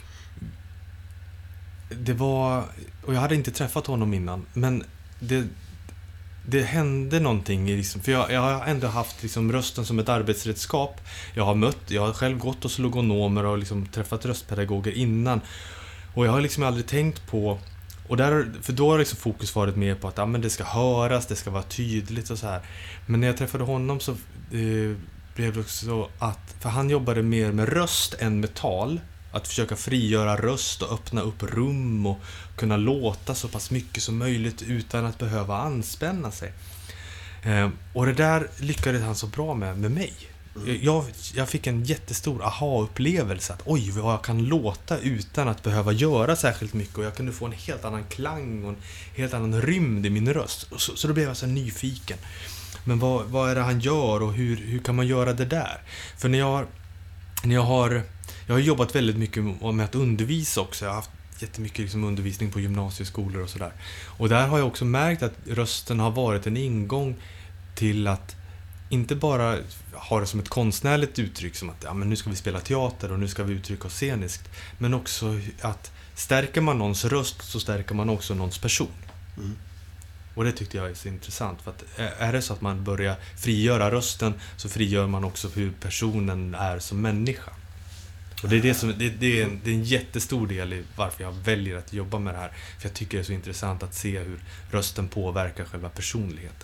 C: jag hade inte träffat honom innan, men det hände någonting liksom, för jag har ändå haft liksom rösten som ett arbetsredskap. Jag har själv gått hos logonomer och liksom träffat röstpedagoger innan, och jag har liksom aldrig tänkt på, och för då har liksom fokus varit mer på att men det ska höras, det ska vara tydligt och så här. Men när jag träffade honom så blev det också att, för han jobbade mer med röst än med tal, att försöka frigöra röst och öppna upp rum och kunna låta så pass mycket som möjligt utan att behöva anspänna sig. Och det där lyckades han så bra med mig. Jag fick en jättestor aha-upplevelse att oj, vad jag kan låta utan att behöva göra särskilt mycket, och jag kunde få en helt annan klang och en helt annan rymd i min röst. Så då blev jag så nyfiken. Men vad är det han gör och hur kan man göra det där? För jag har jobbat väldigt mycket med att undervisa också. Jag har haft jättemycket liksom undervisning på gymnasieskolor och sådär. Och där har jag också märkt att rösten har varit en ingång till att inte bara ha det som ett konstnärligt uttryck, som att men nu ska vi spela teater och nu ska vi uttrycka oss sceniskt, men också att stärker man någons röst så stärker man också någons person. Mm. Och det tyckte jag är så intressant, för att är det så att man börjar frigöra rösten så frigör man också hur personen är som människa. Och det är en jättestor del i varför jag väljer att jobba med det här, för jag tycker det är så intressant att se hur rösten påverkar själva personligheten.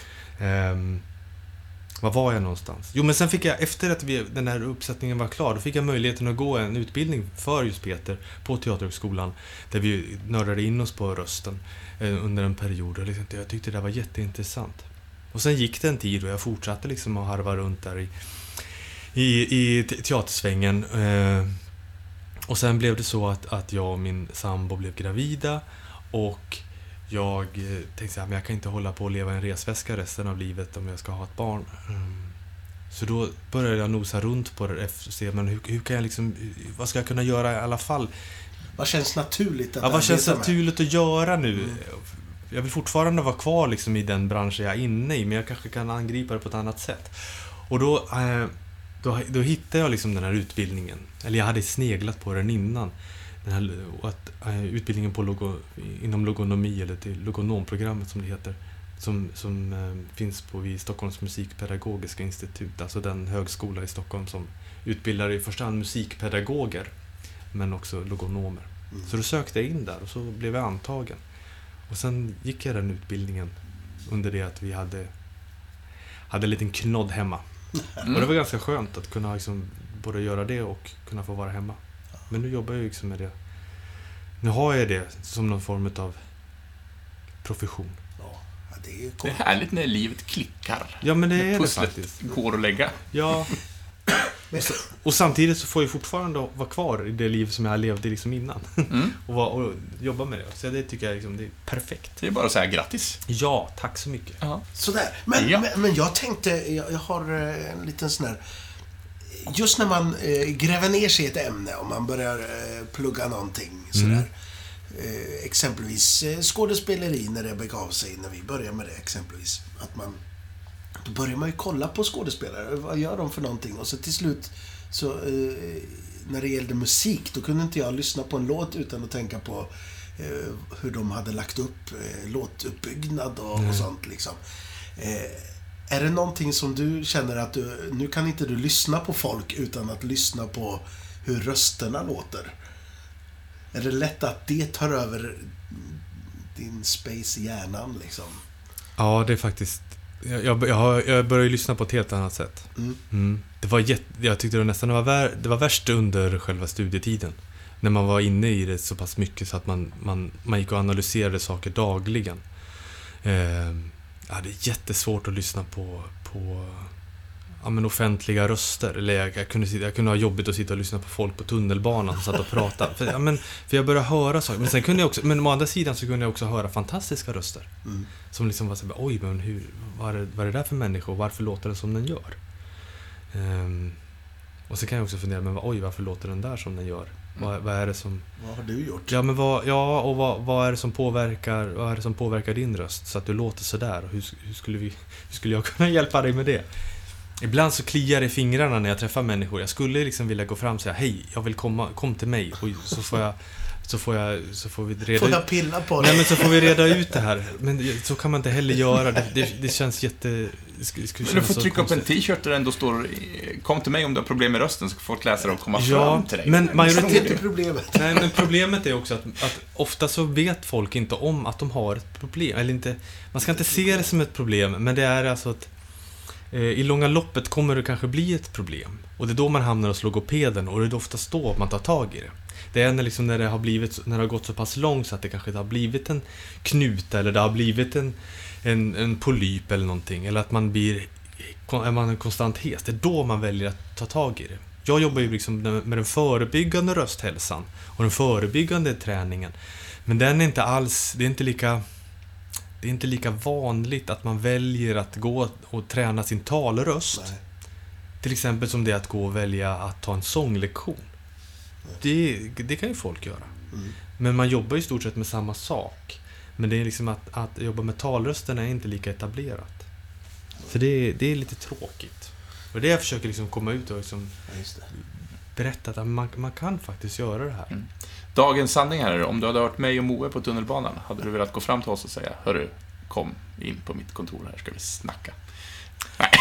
C: Var var jag någonstans? Jo, men sen fick jag, efter att den här uppsättningen var klar, då fick jag möjligheten att gå en utbildning för just Peter på Teaterhögskolan, där vi nördade in oss på rösten under en period. Och liksom, jag tyckte det var jätteintressant. Och sen gick det en tid och jag fortsatte liksom att harva runt där i teatersvängen. Och sen blev det så att jag och min sambo blev gravida, och jag tänkte så här, men jag kan inte hålla på att leva i en resväska resten av livet om jag ska ha ett barn. Så då började jag nosa runt på det och se, men hur kan jag liksom, vad ska jag kunna göra i alla fall?
B: Vad känns naturligt att
C: vad känns naturligt att göra nu? Jag vill fortfarande vara kvar liksom i den branschen jag är inne i, men jag kanske kan angripa det på ett annat sätt. Och då hittade jag liksom den här utbildningen. Eller jag hade sneglat på den innan. Den här utbildningen inom logonomi, eller till logonomprogrammet som det heter, som finns vid Stockholms musikpedagogiska institut, alltså den högskola i Stockholm som utbildar i första hand musikpedagoger men också logonomer. Så då sökte jag in där och så blev jag antagen. Och sen gick jag den utbildningen under det att vi hade en liten knodd hemma. Och det var ganska skönt att kunna liksom både göra det och kunna få vara hemma. Men nu jobbar jag liksom med det. Nu har jag det som någon form av profession.
B: Ja, det är
A: Det är härligt när livet klickar.
C: Ja, men det är det faktiskt.
A: Går att lägga.
C: Ja. Och samtidigt så får jag fortfarande vara kvar i det liv som jag levde liksom innan. Och jobba med det. Så det tycker jag liksom, det är perfekt.
A: Det är bara att säga grattis.
C: Ja, tack så mycket.
A: Ja.
B: Sådär. Men jag tänkte, jag har en liten sån här. Just när man gräver ner sig i ett ämne och man börjar plugga någonting sådär. Exempelvis skådespeleri, när det begav sig, när vi börjar med det exempelvis. Då börjar man ju kolla på skådespelare. Vad gör de för någonting? Och så till slut, så när det gällde musik, då kunde inte jag lyssna på en låt utan att tänka på hur de hade lagt upp låtuppbyggnad och sånt liksom. Är det någonting som du känner att nu kan inte du lyssna på folk utan att lyssna på hur rösterna låter? Är det lätt att det tar över din space i hjärnan liksom?
C: Ja, det är faktiskt. Jag började lyssna på ett helt annat sätt. Det var jag tyckte det nästan det var värst under själva studietiden. När man var inne i det så pass mycket så att man gick och analyserade saker dagligen. Det är jättesvårt att lyssna på offentliga röster. Eller jag kunde ha jobbigt att sitta och lyssna på folk på tunnelbanan som satt och pratade. För jag började höra saker. Men sen kunde jag också, men å andra sidan så kunde jag också höra fantastiska röster. Som liksom var så här, oj, men vad är det där för människor? Varför låter det som den gör? Och så kan jag också fundera, men varför låter den där som den gör? Vad är det som...
B: Vad har du gjort?
C: Ja, men vad är det som påverkar din röst så att du låter så där? Och hur skulle jag kunna hjälpa dig med det? Ibland så kliar det i fingrarna när jag träffar människor. Jag skulle liksom vilja gå fram och säga, hej, jag vill kom till mig, och så får vi reda ut.
B: Får jag pilla på det?
C: Nej, men så får vi reda ut det här. Men så kan man inte heller göra. Det känns jätte...
A: Men du får trycka upp en t-shirt där det ändå står, kom till mig om du har problem med rösten, så får folk läsa det och komma fram till dig.
C: Men majoriteten...
B: problemet.
C: Nej, men problemet är också att ofta så vet folk inte om att de har ett problem. Eller inte, man ska inte se det som ett problem, men det är alltså att i långa loppet kommer det kanske bli ett problem. Och det är då man hamnar hos logopeden, och det är oftast då man tar tag i det. Det är när det har gått så pass långt så att det kanske har blivit en knut, eller det har blivit en polyp eller någonting, eller att man blir är man en konstant hes, det är då man väljer att ta tag i det. Jag jobbar ju liksom med den förebyggande rösthälsan och den förebyggande träningen. Men den är inte alls, det är inte lika vanligt att man väljer att gå och träna sin talröst.
B: Nej.
C: Till exempel som det att gå och välja att ta en sånglektion. Det kan ju folk göra. Men man jobbar i stort sett med samma sak. Men det är liksom att jobba med talrösten är inte lika etablerat. Så det är lite tråkigt. Och det jag försöker liksom komma ut och liksom berätta att man kan faktiskt göra det här.
A: Dagens sanning här är, om du hade hört mig och Moe på tunnelbanan, hade du velat gå fram till oss och säga: hörru, kom in på mitt kontor här, ska vi snacka. Nej.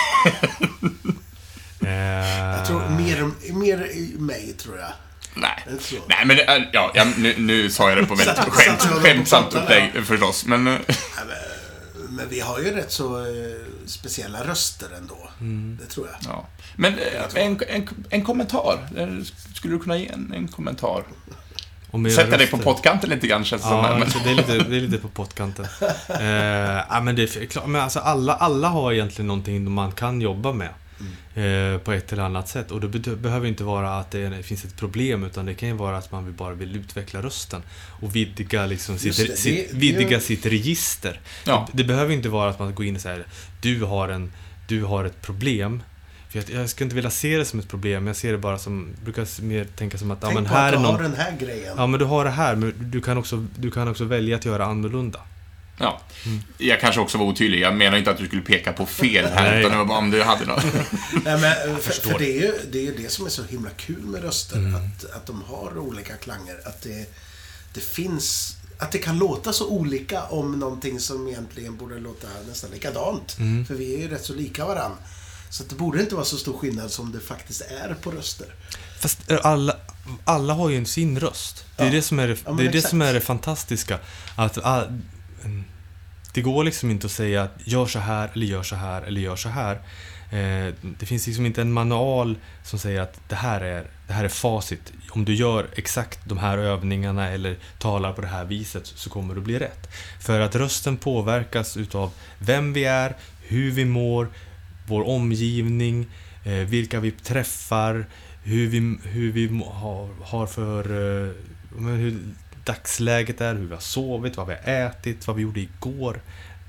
B: Jag tror mer i mig, tror jag.
A: Nej, men ja, nu sa jag det på väldigt skämtsamt upplägg förstås, men
B: men vi har ju rätt så speciella röster ändå. Det tror jag.
A: Ja. Men en kommentar. Skulle du kunna ge en kommentar? Sätta dig på pottkanten lite grann, känns
C: ja,
A: som.
C: Alltså, det är lite på pottkanten. Men det är klart, men alltså alla har egentligen någonting man kan jobba med. På ett eller annat sätt. Och det behöver inte vara att det finns ett problem, utan det kan ju vara att man bara vill utveckla rösten och vidga liksom sitt register. Ja. Det behöver inte vara att man går in och säger: du har ett problem. För jag ska inte vilja se det som ett problem. Jag ser det bara som, brukar mer tänka som att
B: tänk
C: men
B: på
C: här
B: att du
C: är
B: har den här grejen.
C: Ja, men du har det här, men du kan också välja att göra annorlunda.
A: Ja, jag kanske också var otydlig. Jag menar inte att du skulle peka på fel här, utan det var bara om du hade något.
B: Nej, men för det är ju det som är så himla kul med röster, att de har olika klanger, att det finns, att det kan låta så olika om någonting som egentligen borde låta nästan likadant. För vi är ju rätt så lika varann. Så att det borde inte vara så stor skillnad som det faktiskt är på röster.
C: Fast alla har ju sin röst. Det är det som är det fantastiska, att det går liksom inte att säga att gör så här eller gör så här eller gör så här. Det finns liksom inte en manual som säger att det här är facit. Om du gör exakt de här övningarna eller talar på det här viset så kommer det bli rätt. För att rösten påverkas utav vem vi är, hur vi mår, vår omgivning, vilka vi träffar, hur vi har för hur dagsläget är, hur vi har sovit, vad vi har ätit, vad vi gjorde igår.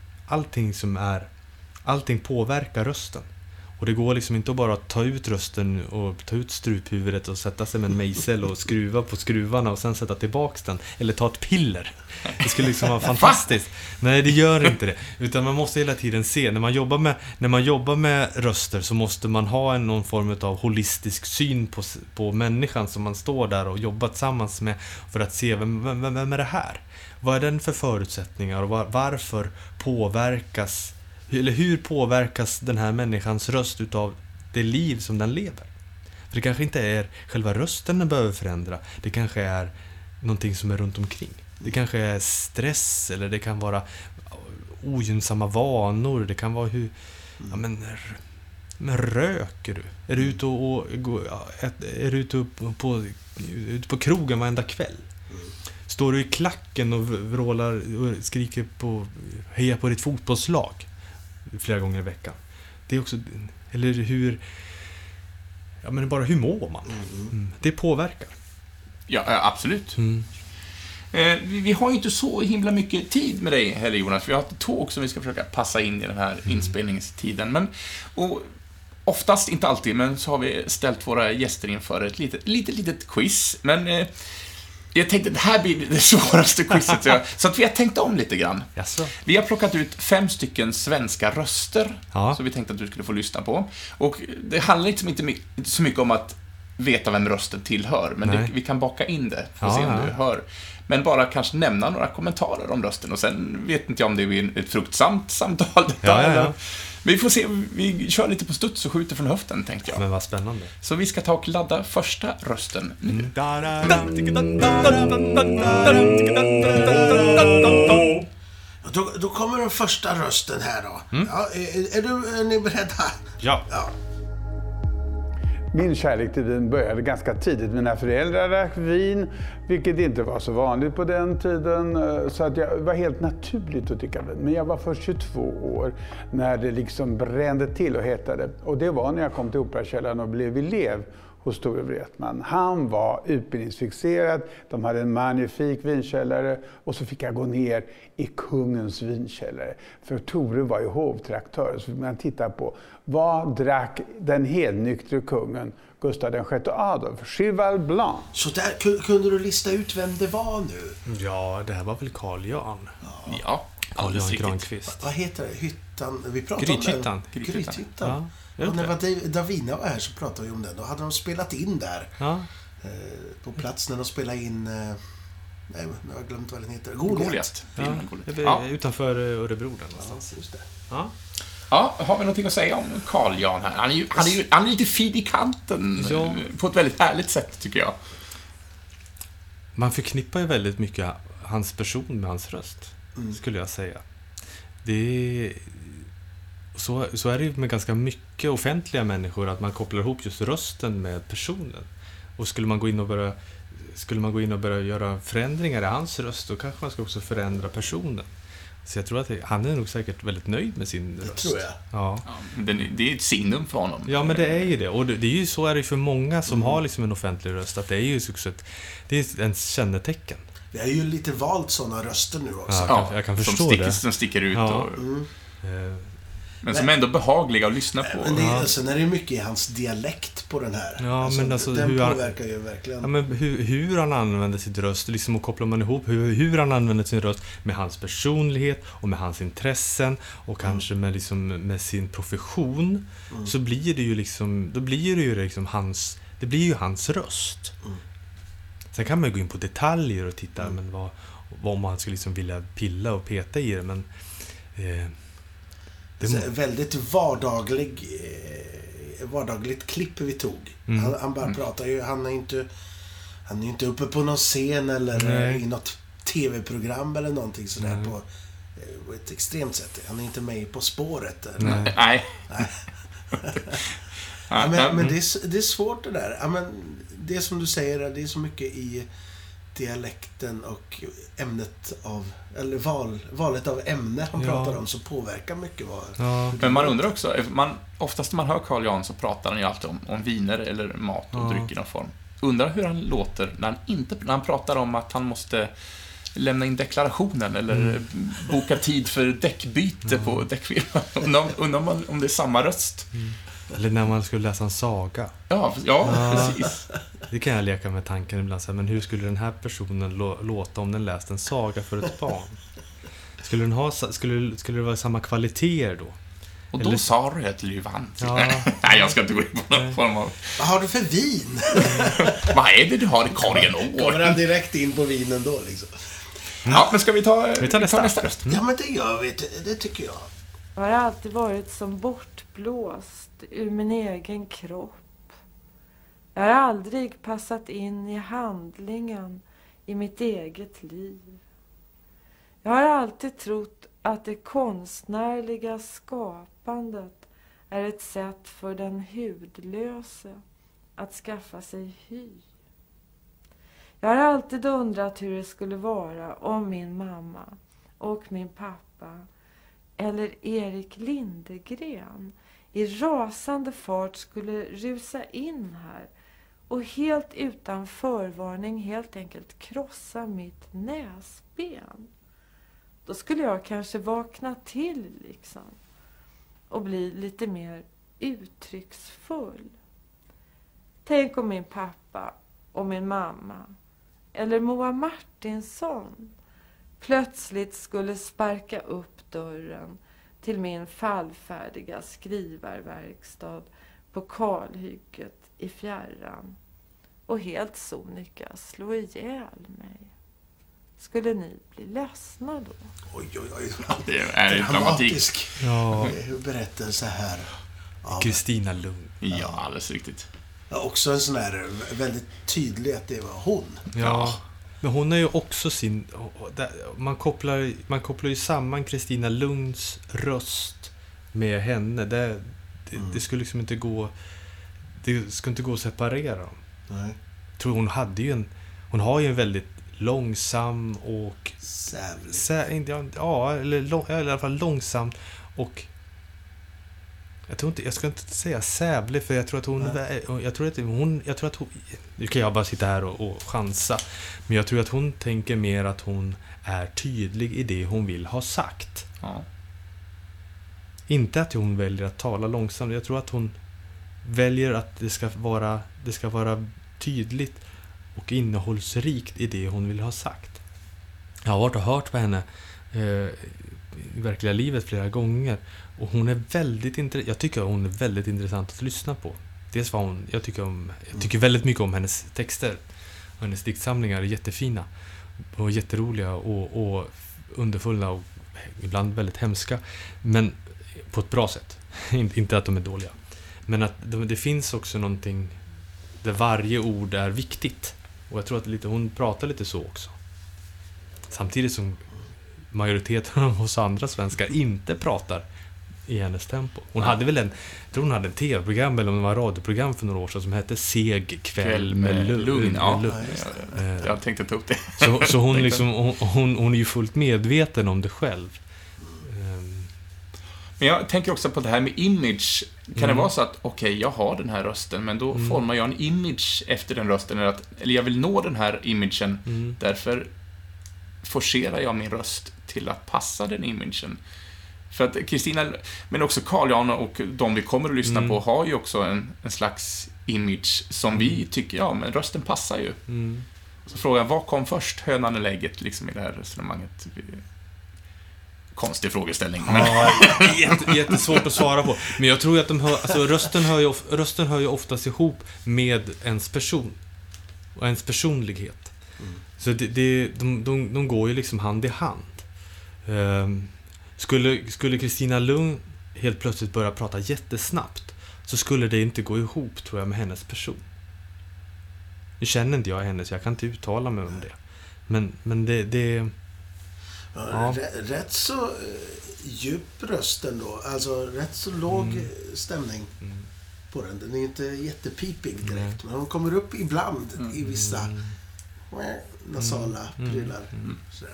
C: Allting påverkar rösten. Och det går liksom inte att bara ta ut rösten och ta ut struphuvudet och sätta sig med en mejsel och skruva på skruvarna och sen sätta tillbaks den. Eller ta ett piller. Det skulle liksom vara fantastiskt. Nej, det gör inte det. Utan man måste hela tiden se. När man jobbar med röster så måste man ha någon form av holistisk syn på människan som man står där och jobbar tillsammans med, för att se vem är det här? Vad är den för förutsättningar och varför påverkas, eller hur påverkas den här människans röst utav det liv som den lever? För det kanske inte är själva rösten den behöver förändra. Det kanske är någonting som är runt omkring. Det kanske är stress, eller det kan vara ogynnsamma vanor. Det kan vara hur... Ja, men röker du? Är du ute på krogen varenda kväll? Står du i klacken och vrålar och skriker heja på ditt fotbollslag flera gånger i veckan? Det är också... Eller hur... Ja, men bara hur mår man? Det påverkar.
A: Ja, absolut. Vi har ju inte så himla mycket tid med dig heller, Jonas. Vi har ett tåg som vi ska försöka passa in i den här inspelningstiden. Och oftast, inte alltid, men så har vi ställt våra gäster inför ett litet quiz. Men jag tänkte att det här blir det svåraste quizet. Så att vi har tänkt om lite grann.
C: Jaså.
A: Vi har plockat ut 5 stycken svenska röster.
C: Ja.
A: Så vi tänkte att du skulle få lyssna på. Och det handlar inte så mycket om att veta vem rösten tillhör. Men vi kan baka in det för att se om du hör. Men bara kanske nämna några kommentarer om rösten. Och sen vet inte jag om det är ett fruktsamt samtal detta.
C: Ja.
A: Men vi får se, vi kör lite på studs och skjuter från höften, tänkte jag.
C: Men vad spännande.
A: Så vi ska ta och ladda första rösten nu.
B: Då kommer den första rösten här då. Ja, är ni beredda?
C: Ja.
D: Min kärlek till vin började ganska tidigt. Mina föräldrar drack vin, vilket inte var så vanligt på den tiden. Så att det var helt naturligt att dricka vin. Men jag var först 22 år när det liksom brände till och hettade. Och det var när jag kom till Operakällaren och blev elev hos Tore Wretman. Han var utbildningsfixerad, de hade en magnifik vinkällare och så fick jag gå ner i kungens vinkällare. För Tore var ju hovtraktör, så man tittar på vad drack den helnyktre kungen Gustav VI Adolf, Cheval Blanc.
B: Så där kunde du lista ut vem det var nu?
C: Ja, det här var väl Carl Jan.
A: Ja,
C: Carl Jan Granqvist.
B: Vad heter det? Hyttan? Vi pratade
C: Grythyttan.
B: om den. Grythyttan.
C: Ja,
B: och när Davina var här så pratade vi om den. Då hade de spelat in där.
C: Ja.
B: På plats när de spelade in... nej, jag har glömt vad den heter.
A: Goliat.
C: Ja. Utanför Örebro där någonstans.
B: Just det.
C: Ja.
A: Ja, har vi någonting att säga om Carl Jan här? Han är lite fin i kanten på ett väldigt härligt sätt, tycker jag.
C: Man förknippar ju väldigt mycket hans person med hans röst, skulle jag säga. Så är det ju med ganska mycket offentliga människor, att man kopplar ihop just rösten med personen. Och skulle man gå in och börja göra förändringar i hans röst, då kanske man ska också förändra personen. Så jag tror att han är nog säkert väldigt nöjd med sin röst.
B: Det tror jag.
C: Ja.
A: Det är ett signum för honom.
C: Ja, men det är ju det. Och det är ju så är det för många som har liksom en offentlig röst, att det är ju det är en kännetecken.
B: Vi har ju lite valt sådana röster nu också.
C: Ja, jag kan förstå det.
A: Som sticker ut.
C: Ja.
A: Men som är ändå behagliga att lyssna på.
B: Men sen är det mycket i hans dialekt på den här.
C: Ja, men alltså,
B: den påverkar ju verkligen.
C: Ja, men hur han använder sitt röst, liksom, och kopplar man ihop hur han använder sin röst med hans personlighet och med hans intressen och kanske med sin profession, så blir det ju liksom, då blir det ju liksom det blir ju hans röst. Sen kan man ju gå in på detaljer och titta men vad man skulle liksom vilja pilla och peta i det, men
B: väldigt vardagligt klipp vi tog. Han bara pratar ju, han är inte uppe på någon scen eller i något tv-program eller någonting sådär på ett extremt sätt. Han är inte med På spåret.
A: Nej.
B: Men det är svårt det där. Men det som du säger, det är så mycket i dialekten och ämnet eller valet av ämne han pratar om, så påverkar mycket
A: Men man undrar också, oftast när man hör Carl Jan så pratar han ju alltid om viner eller mat och dryck i någon form. Undrar hur han låter när han pratar om att han måste lämna in deklarationen eller boka tid för däckbyte på däckfirman. Undrar om det är samma röst.
C: Eller när man skulle läsa en saga.
A: Ja, precis.
C: Det kan jag leka med tanken ibland. Men hur skulle den här personen låta om den läste en saga för ett barn? Skulle det vara samma kvaliteter då?
A: Och då sa du till Lyvant.
C: Ja.
A: Nej, jag ska inte gå in på någon form av...
B: Vad har du för vin?
A: Vad är det du har i korgen?
B: Kommer han direkt in på vinen då liksom?
A: Ja, men ska vi ta nästa röst?
B: Ja, men det gör vi. Det tycker jag.
E: Jag har alltid varit som bortblåst ur min egen kropp. Jag har aldrig passat in i handlingen i mitt eget liv. Jag har alltid trott att det konstnärliga skapandet är ett sätt för den hudlöse att skaffa sig hy. Jag har alltid undrat hur det skulle vara om min mamma och min pappa eller Erik Lindegren i rasande fart skulle rusa in här och helt utan förvarning helt enkelt krossa mitt näsben. Då skulle jag kanske vakna till liksom och bli lite mer uttrycksfull. Tänk om min pappa och min mamma eller Moa Martinsson plötsligt skulle sparka upp dörren till min fallfärdiga skrivarverkstad på kalhygget i fjärran och helt sonika slå ihjäl mig. Skulle ni bli ledsna då?
B: Oj.
A: Det är dramatisk.
C: Ja.
B: Berättelse här.
C: Kristina Lund.
A: Ja, alldeles riktigt.
B: Ja, också en sån här väldigt tydlig att det var hon.
C: Ja. Men hon är ju också sin... Man kopplar ju samman Kristina Lunds röst med henne. Det skulle liksom inte gå... det skulle inte gå att separera dem.
B: Nej.
C: Jag tror hon har ju en väldigt långsam och
B: Sävlig.
C: eller i alla fall långsam och jag ska inte säga sävlig, för jag tror att hon nu kan jag bara sitta här och chansa, men jag tror att hon tänker mer att hon är tydlig i det hon vill ha sagt.
A: Ja.
C: Inte att hon väljer att tala långsamt. Jag tror att hon väljer att det ska vara tydligt och innehållsrikt i det hon vill ha sagt. Jag har varit och hört på henne i verkliga livet flera gånger, och hon är jag tycker hon är väldigt intressant att lyssna på. Dels var hon, jag tycker väldigt mycket om hennes texter. Hennes diktsamlingar är jättefina och jätteroliga och underfulla och ibland väldigt hemska, men på ett bra sätt. Inte att de är dåliga, men att det finns också någonting där varje ord är viktigt, och jag tror att hon pratar lite så också. Samtidigt som majoriteten av oss andra svenskar inte pratar i hennes tempo. Hon hade väl jag tror hon hade en tv-program eller om det var radioprogram för några år sedan som hette Seg kväll med lugn.
A: Jag tänkte ta upp det.
C: Så hon är ju fullt medveten om det själv.
A: Men jag tänker också på det här med image. Kan det vara så att jag har den här rösten, men då formar jag en image efter den rösten, eller jag vill nå den här imagen, därför forcerar jag min röst till att passa den imagen. För att Kristina, men också Carl-Jan och de vi kommer att lyssna på har ju också en slags image som vi tycker, men rösten passar ju. Så frågan, vad kom först, hönan eller ägget, liksom i det här resonemanget? Konstig frågeställning.
C: Ja, jättesvårt att svara på. Men jag tror att rösten hör ju oftast ihop med ens person och ens personlighet. Så de går ju liksom hand i hand. Skulle Kristina Lugn helt plötsligt börja prata jättesnabbt, så skulle det inte gå ihop, tror jag, med hennes person. Nu känner inte jag henne, så jag kan inte uttala mig om det. Men det
B: ja. Rätt så djup rösten då. Alltså rätt så låg stämning på den. Den är inte jättepipig direkt, men hon kommer upp ibland i vissa nasala prylar. Sådär.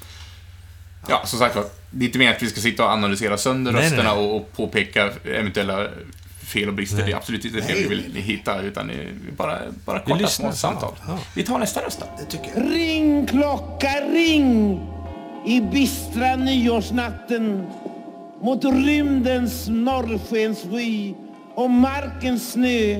A: Ja, som sagt, det är inte mer att vi ska sitta och analysera sönder rösterna och påpeka eventuella fel och brister. Det är absolut inte det vi vill hitta, utan bara korta små samtal. Ja. Vi tar nästa röst då.
B: Det tycker jag.
F: Ring klocka, ring i bistra nyårsnatten mot rymdens norrskensvy och markens snö.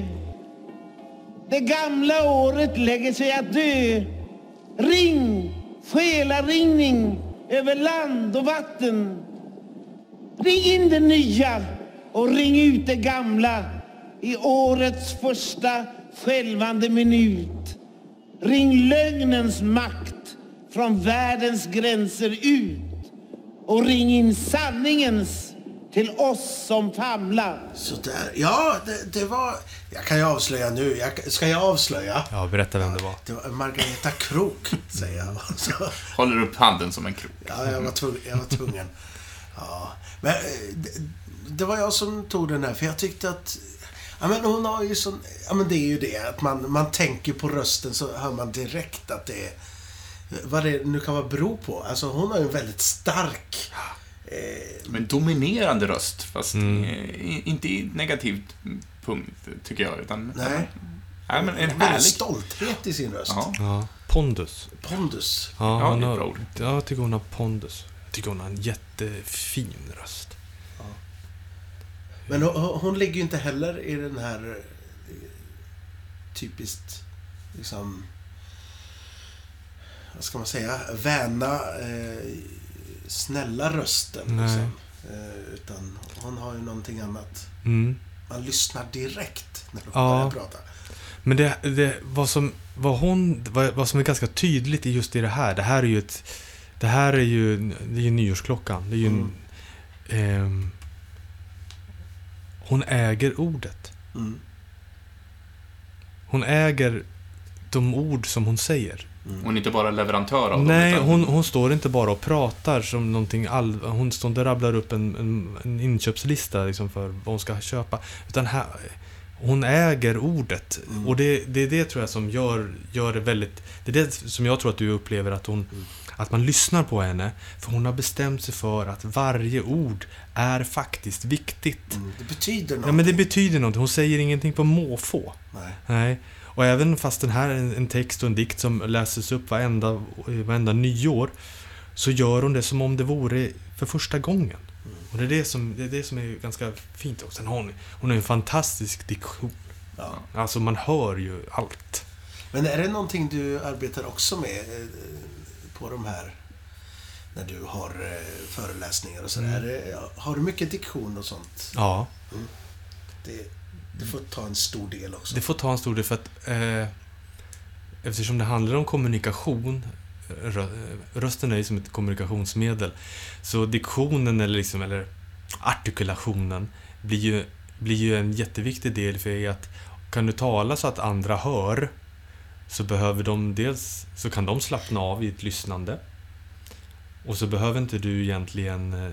F: Det gamla året lägger sig att dö. Ring, själaringning över land och vatten. Ring in det nya och ring ut det gamla i årets första skälvande minut. Ring lögnens makt från världens gränser ut och ring in sanningens till oss som famlar.
B: Så där. Ja, det var... Jag kan ju avslöja nu. Ska jag avslöja?
C: Ja, berätta vem det var.
B: Det var Margareta Krok, säger jag. Så.
A: Håller upp handen som en krok.
B: Ja, jag var tvungen. Ja. Men det var jag som tog den här, för jag tyckte att... Ja, men hon har ju sån... Ja, men det är ju det. Att man tänker på rösten, så hör man direkt att det är... Vad det nu kan vara bero på. Alltså hon har ju en väldigt stark...
A: Men dominerande röst, fast inte i negativt punkt, tycker jag, utan
B: nej,
A: men en
B: väldigt
A: härlig
B: stolthet i sin röst.
C: Ja. Pondus.
A: Ja, det är bra ord.
C: Jag tycker hon har pondus. Jag tycker hon har en jättefin röst.
B: Ja. Men hon ligger ju inte heller i den här typiskt liksom, vad ska man säga, väna snälla rösten liksom. Utan hon har ju någonting annat. Man lyssnar direkt när hon börjar prata.
C: Men vad som är ganska tydligt i just i det här är ju nyårsklockan. Det är ju hon äger ordet. Hon äger de ord som hon säger.
A: Hon är inte bara leverantör av dem.
C: Nej, hon står inte bara och pratar som någonting hon står och rabblar upp en inköpslista liksom för vad hon ska köpa, utan Hon äger ordet. Och det är det tror jag som gör det väldigt... Det är det som jag tror att du upplever att man lyssnar på henne. För hon har bestämt sig för att varje ord är faktiskt viktigt.
B: Det betyder någonting.
C: Ja, men det betyder någonting. Hon säger ingenting på måfå.
B: Nej.
C: Och även fast den här är en text och en dikt som läses upp varenda nyår, så gör hon det som om det vore för första gången. Och det är det som är ganska fint också. Hon har en fantastisk diktion.
B: Ja.
C: Alltså man hör ju allt.
B: Men är det någonting du arbetar också med på de här, när du har föreläsningar och sådär? Har du mycket diktion och sånt?
C: Ja.
B: Det får ta en stor del också.
C: Det får ta en stor del för att eftersom det handlar om kommunikation, rösten är ju som ett kommunikationsmedel, så diktionen eller artikulationen blir ju en jätteviktig del för att kan du tala så att andra hör, så behöver så kan de slappna av i ett lyssnande, och så behöver inte du egentligen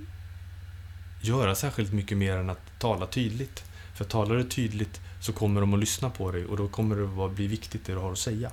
C: göra särskilt mycket mer än att tala tydligt. För talar du tydligt så kommer de att lyssna på dig, och då kommer det att bli viktigt det du har att säga.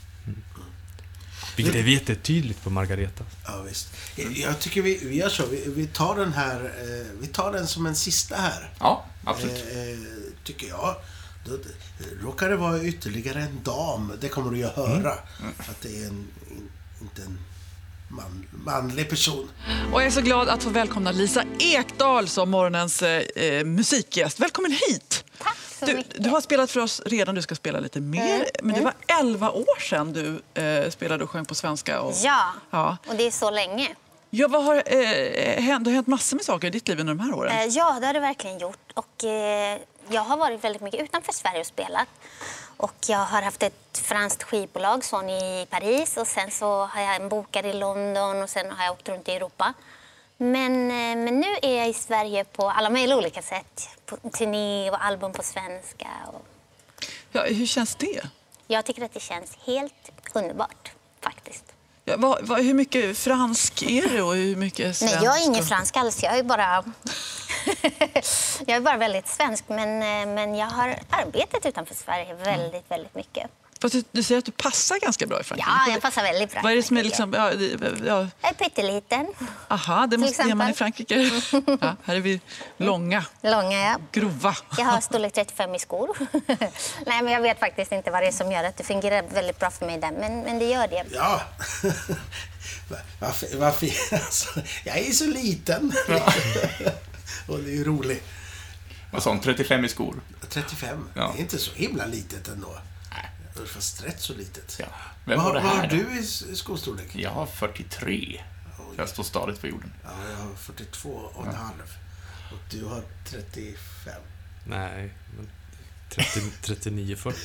C: Vilket är jättetydligt på Margareta.
B: Ja, visst. Jag tycker vi gör så. Vi tar den här, vi tar den som en sista här.
A: Ja, absolut.
B: Tycker jag. Då råkar det vara ytterligare en dam. Det kommer du ju att höra. Att det är inte en manlig person.
G: Och jag är så glad att få välkomna Lisa Ekdahl som morgonens musikgäst. Välkommen hit!
H: Tack så mycket.
G: Du har spelat för oss redan, du ska spela lite mer. Men det var 11 år sedan du spelade och sjöng på svenska.
H: Ja, och det är så länge.
G: Ja, vad har hänt? Det har hänt massor med saker i ditt liv under de här åren.
H: Ja, det har det verkligen gjort. Och jag har varit väldigt mycket utanför Sverige och spelat. Och jag har haft ett franskt skivbolag, Sony, i Paris. Och sen så har jag en bokad i London och sen har jag åkt runt i Europa. Men nu är jag i Sverige på alla möjliga olika sätt. På turné och album på svenska.
G: Ja, hur känns det?
H: Jag tycker att det känns helt underbart, faktiskt.
G: Ja, hur mycket fransk är det och hur mycket svensk?
H: Nej, jag är ingen fransk alls. Jag är bara... jag är bara väldigt svensk, men jag har arbetat utanför Sverige väldigt, väldigt mycket.
G: Fast du säger att du passar ganska bra i Frankrike.
H: Ja, jag passar väldigt bra.
G: Vad är det som är liksom... Ja.
H: Jag är pytteliten.
G: Aha, det måste se man i Frankrike. Ja, här är vi långa.
H: Långa, ja.
G: Grova.
H: Jag har storlek 35 i skor. Nej, men jag vet faktiskt inte vad det är som gör att det fungerar väldigt bra för mig där. Men det gör det.
B: Ja. Varför? Alltså, jag är så liten. Och det är ju roligt.
A: Vad sa hon? 35 i skor?
B: 35? Ja. Det är inte så himla litet ändå. Fast rätt så litet.
A: Ja. Vad har
B: du i skostorlek?
A: Jag har 43. Jag står stadigt på jorden.
B: Ja, jag har 42,5. Och du har 35.
C: Nej, men 39-40.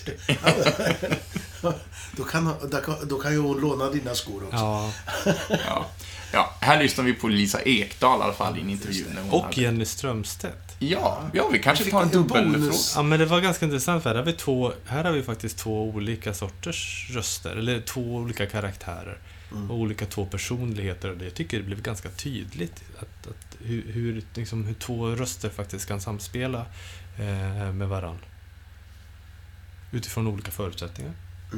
B: Då kan ju hon låna dina skor också.
A: Ja, här lyssnar vi på Lisa Ekdahl i alla fall i en intervju.
C: Och Jenny Strömstedt.
A: Ja, vi kanske tar en dubbelfråga.
C: Ja, men det var ganska intressant för här har vi faktiskt 2 olika sorters röster, eller 2 olika karaktärer och olika 2 personligheter, och det tycker jag det blev ganska tydligt att hur 2 röster faktiskt kan samspela med varann utifrån olika förutsättningar.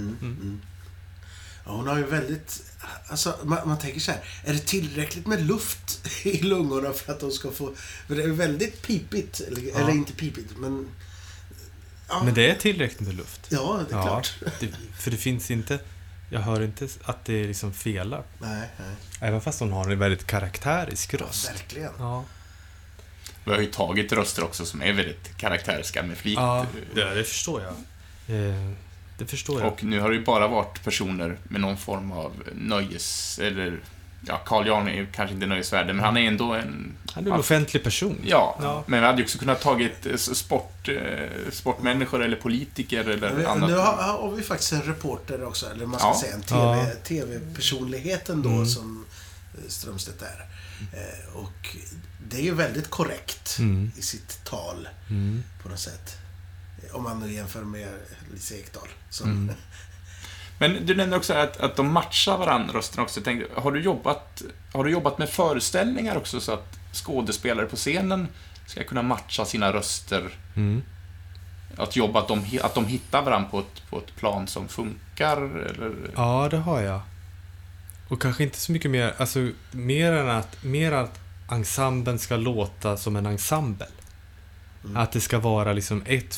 B: Ja, hon har ju väldigt... Alltså, man tänker så här, är det tillräckligt med luft i lungorna för att de ska få... För det är väldigt pipigt, eller inte pipigt, men... Ja.
C: Men det är tillräckligt med luft.
B: Ja, det är klart.
C: För det finns inte... Jag hör inte att det liksom felar.
B: Nej.
C: Även fast hon har en väldigt karaktärisk röst.
B: Ja, verkligen.
C: Ja.
A: Vi har ju tagit röster också som är väldigt karaktäriska med flit.
C: Ja, det förstår jag. Det förstår jag.
A: Och nu har det ju bara varit personer med någon form av nöjes... Eller... Ja, Carl Jan är ju kanske inte nöjesvärd, men han är ändå en...
C: Han är en offentlig person.
A: Ja, men vi hade ju också kunnat tagit sportmänniskor eller politiker eller annat.
B: Nu har vi faktiskt en reporter också, eller man ska säga en tv-personligheten då som Strömstedt är. Och det är ju väldigt korrekt i sitt tal på något sätt. Om man jämför med Lisa Ekdahl. Men
A: du nämnde också att de matchar varandra rösterna också. Har du jobbat med föreställningar också så att skådespelare på scenen ska kunna matcha sina röster att jobba, att de hittar varandra på ett plan som funkar? Eller?
C: Ja, det har jag. Och kanske inte så mycket mer, alltså mer att ensemblen ska låta som en ensemble. Att det ska vara liksom ett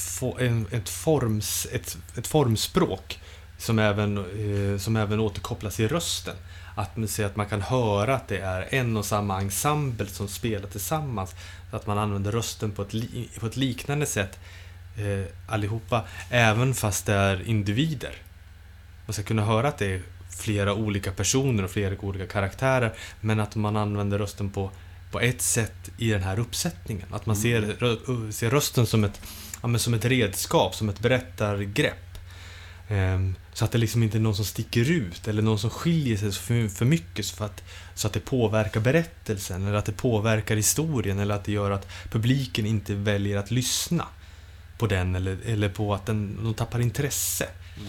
C: formspråk som även återkopplas i rösten. Att man ser att man kan höra att det är en och samma ensemble som spelar tillsammans. Att man använder rösten på ett liknande sätt allihopa, även fast det är individer. Man ska kunna höra att det är flera olika personer och flera olika karaktärer, men att man använder rösten på ett sätt i den här uppsättningen. Att man ser rösten som ett redskap, som ett berättargrepp. Så att det liksom inte är någon som sticker ut eller någon som skiljer sig för mycket så att det påverkar berättelsen eller att det påverkar historien eller att det gör att publiken inte väljer att lyssna på den eller på att de tappar intresse.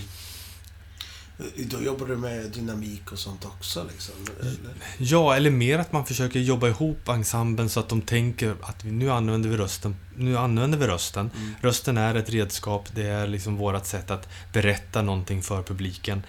B: Då jobbar du med dynamik och sånt också liksom, eller?
C: Ja, eller mer att man försöker jobba ihop ensemblen så att de tänker att nu använder vi rösten. Rösten är ett redskap, det är liksom vårat sätt att berätta någonting för publiken.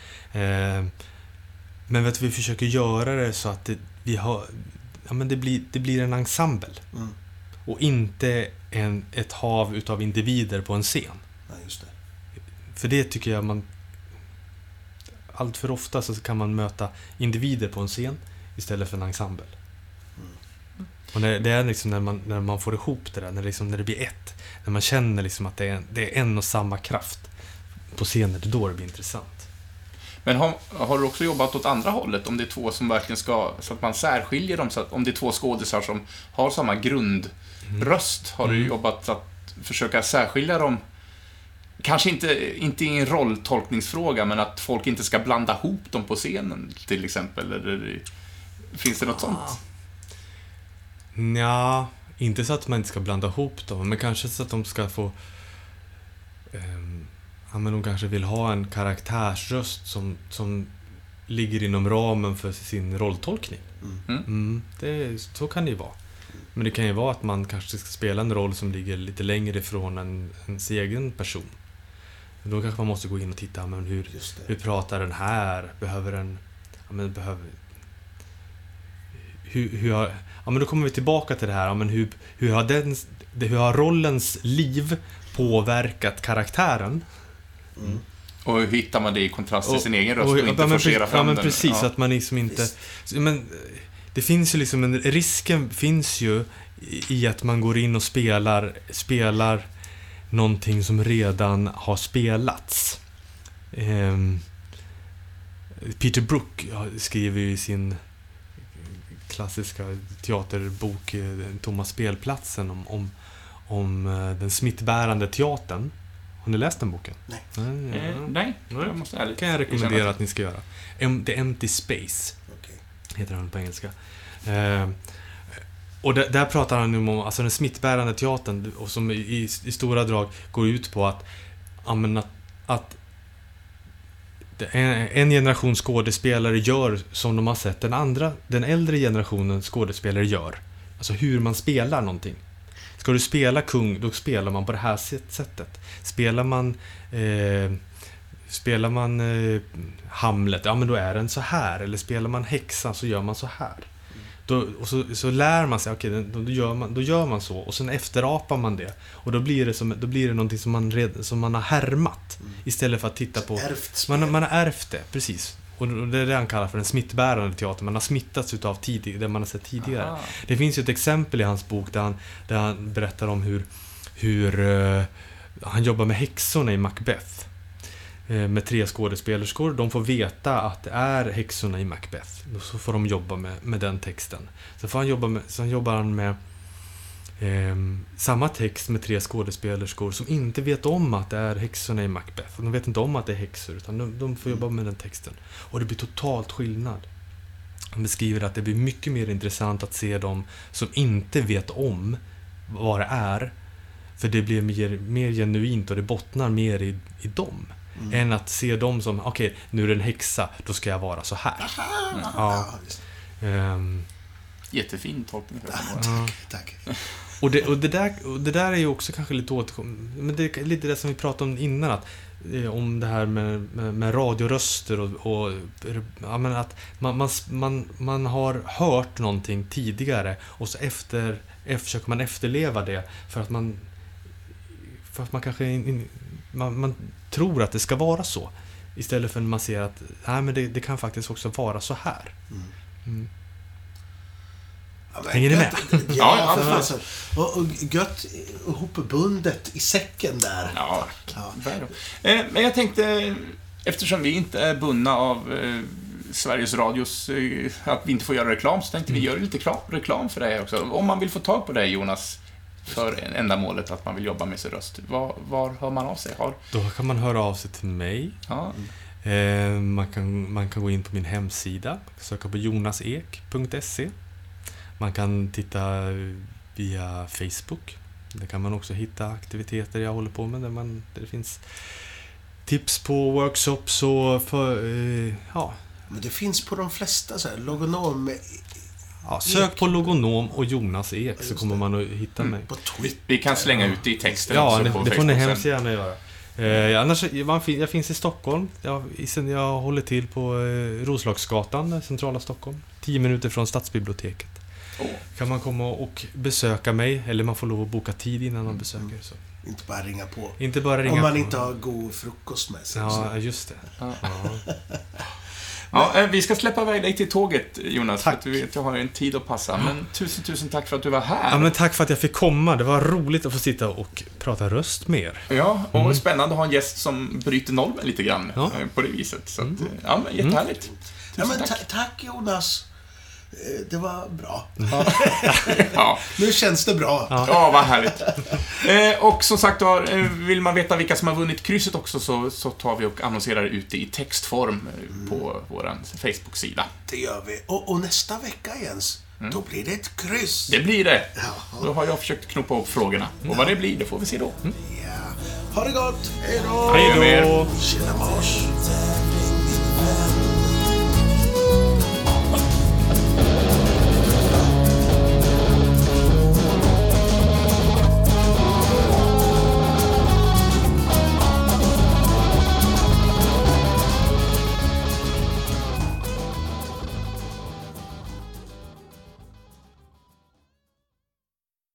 C: Men vi försöker göra det så att det blir en ensemble. Och inte ett hav utav individer på en scen.
B: Ja, just det.
C: För det tycker jag allt för ofta så kan man möta individer på en scen istället för en ensemble. Och det är liksom när man får ihop det där, när det blir ett, när man känner liksom att det är en och samma kraft på scenen, det är då det blir intressant.
A: Men har du också jobbat åt andra hållet, om det är två som verkligen så att man särskiljer dem, så att om det är två skådisar som har samma grundröst, har du jobbat att försöka särskilja dem? Kanske inte i en rolltolkningsfråga, men att folk inte ska blanda ihop dem på scenen till exempel, eller finns det något sånt?
C: Ja, inte så att man inte ska blanda ihop dem, men kanske så att de ska få men de kanske vill ha en karaktärsröst som ligger inom ramen för sin rolltolkning. Så kan det ju vara. Men det kan ju vara att man kanske ska spela en roll som ligger lite längre ifrån ens egen person. Då kanske man måste gå in och titta, men hur pratar den här? Men då kommer vi tillbaka till det här. Men hur har rollens liv påverkat karaktären?
A: Och hur hittar man det i kontrast till sin egen röst och inte forcera fram den?
C: Precis, att man liksom inte... Men det finns ju liksom risken finns ju i att man går in och spelar någonting som redan har spelats. Peter Brook skriver ju i sin klassiska teaterbok Tomma spelplatsen om den smittbärande teatern. Har ni läst den boken?
A: Nej. Jag måste ärligt.
C: Kan jag rekommendera att ni ska göra. The Empty Space heter den på engelska. Och där pratar han om alltså den smittbärande teatern, och som i stora drag går ut på att en generation skådespelare gör som de har sett den äldre generationen skådespelare gör. Alltså hur man spelar någonting. Ska du spela kung, då spelar man på det här sättet. Spelar man Hamlet, ja men då är den så här. Eller spelar man häxan, så gör man så här. Och så lär man sig, okej, då gör man så, och sen efterapar man det, och då blir det någonting som man har härmat istället för att titta på man har ärvt det, precis. Och det är det han kallar för en smittbärande teater. Man har smittats utav det man har sett tidigare. Aha. Det finns ju ett exempel i hans bok där han berättar om hur han jobbar med häxorna i Macbeth. Med 3 skådespelerskor. De får veta att det är häxorna i Macbeth. Och så får de jobba med den texten. Sen jobbar han med samma text med 3 skådespelerskor som inte vet om att det är häxorna i Macbeth. De vet inte om att det är häxor, utan de får jobba med den texten. Och det blir totalt skillnad. Han beskriver att det blir mycket mer intressant att se dem som inte vet om vad det är. För det blir mer genuint och det bottnar mer i dem. Än att se dem som, okej, nu är det en häxa, då ska jag vara så här.
A: Jättefin tolkning.
B: Tack.
C: Och det där är ju också kanske lite återkommande. Men det är lite det som vi pratade om innan, att om det här med radioröster och ja, men att man har hört någonting tidigare och så försöker man efterleva det för att man kanske man tror att det ska vara så, istället för att man ser att nej, men det kan faktiskt också vara så här.
B: Ja,
C: hänger ni med?
B: Ja, för fasen. Och gött ihopbundet i säcken där.
A: Ja, men jag tänkte, eftersom vi inte är bundna av Sveriges Radios, att vi inte får göra reklam, så tänkte vi göra lite reklam för det också. Om man vill få tag på det, Jonas, för ändamålet att man vill jobba med sin röst, var hör man av sig?
C: Då kan man höra av sig till mig.
A: Ja.
C: Man kan gå in på min hemsida, söka på jonasek.se. Man kan titta via Facebook. Där kan man också hitta aktiviteter jag håller på med, där det finns tips på workshops och
B: Men det finns på de flesta så här logonom.
C: Ja, sök på logonom och Jonas Ek, så kommer man att hitta mig.
B: På Twitter.
A: Vi kan slänga ut det i texten.
C: Ja,
A: också
C: det
A: på
C: får ni
A: Facebook
C: hemskt gärna göra. Annars, jag finns i Stockholm. Jag håller till på Roslagsgatan, centrala Stockholm. 10 minuter från Stadsbiblioteket. Kan man komma och besöka mig, eller man får lov att boka tid innan man besöker. Så.
B: Inte bara ringa på.
C: Om
B: man inte har god frukost med sig.
C: Ja, just det.
A: Ja, vi ska släppa iväg dig till tåget, Jonas.
C: Tack.
A: För att du vet, jag har en tid att passa. Men tusen tack för att du var här.
C: Ja, men tack för att jag fick komma. Det var roligt att få sitta och prata röst med er.
A: Ja, och spännande att ha en gäst som bryter normen lite grann på det viset. Så att, ja, men jättehärligt.
B: Ja, men tack Jonas. Det var bra.
A: Ja.
B: Nu känns det bra.
A: Ja, vad härligt. Och som sagt, vill man veta vilka som har vunnit krysset också, så tar vi och annonserar ut det i textform på vår Facebook-sida.
B: Det gör vi. Och nästa vecka, Jens, då blir det ett kryss.
A: Det blir det. Då har jag försökt knoppa upp frågorna. Och vad det blir, det får vi se då.
B: Ja. Ha det gott. Hej då.
C: Hej då.
B: Tjena mors.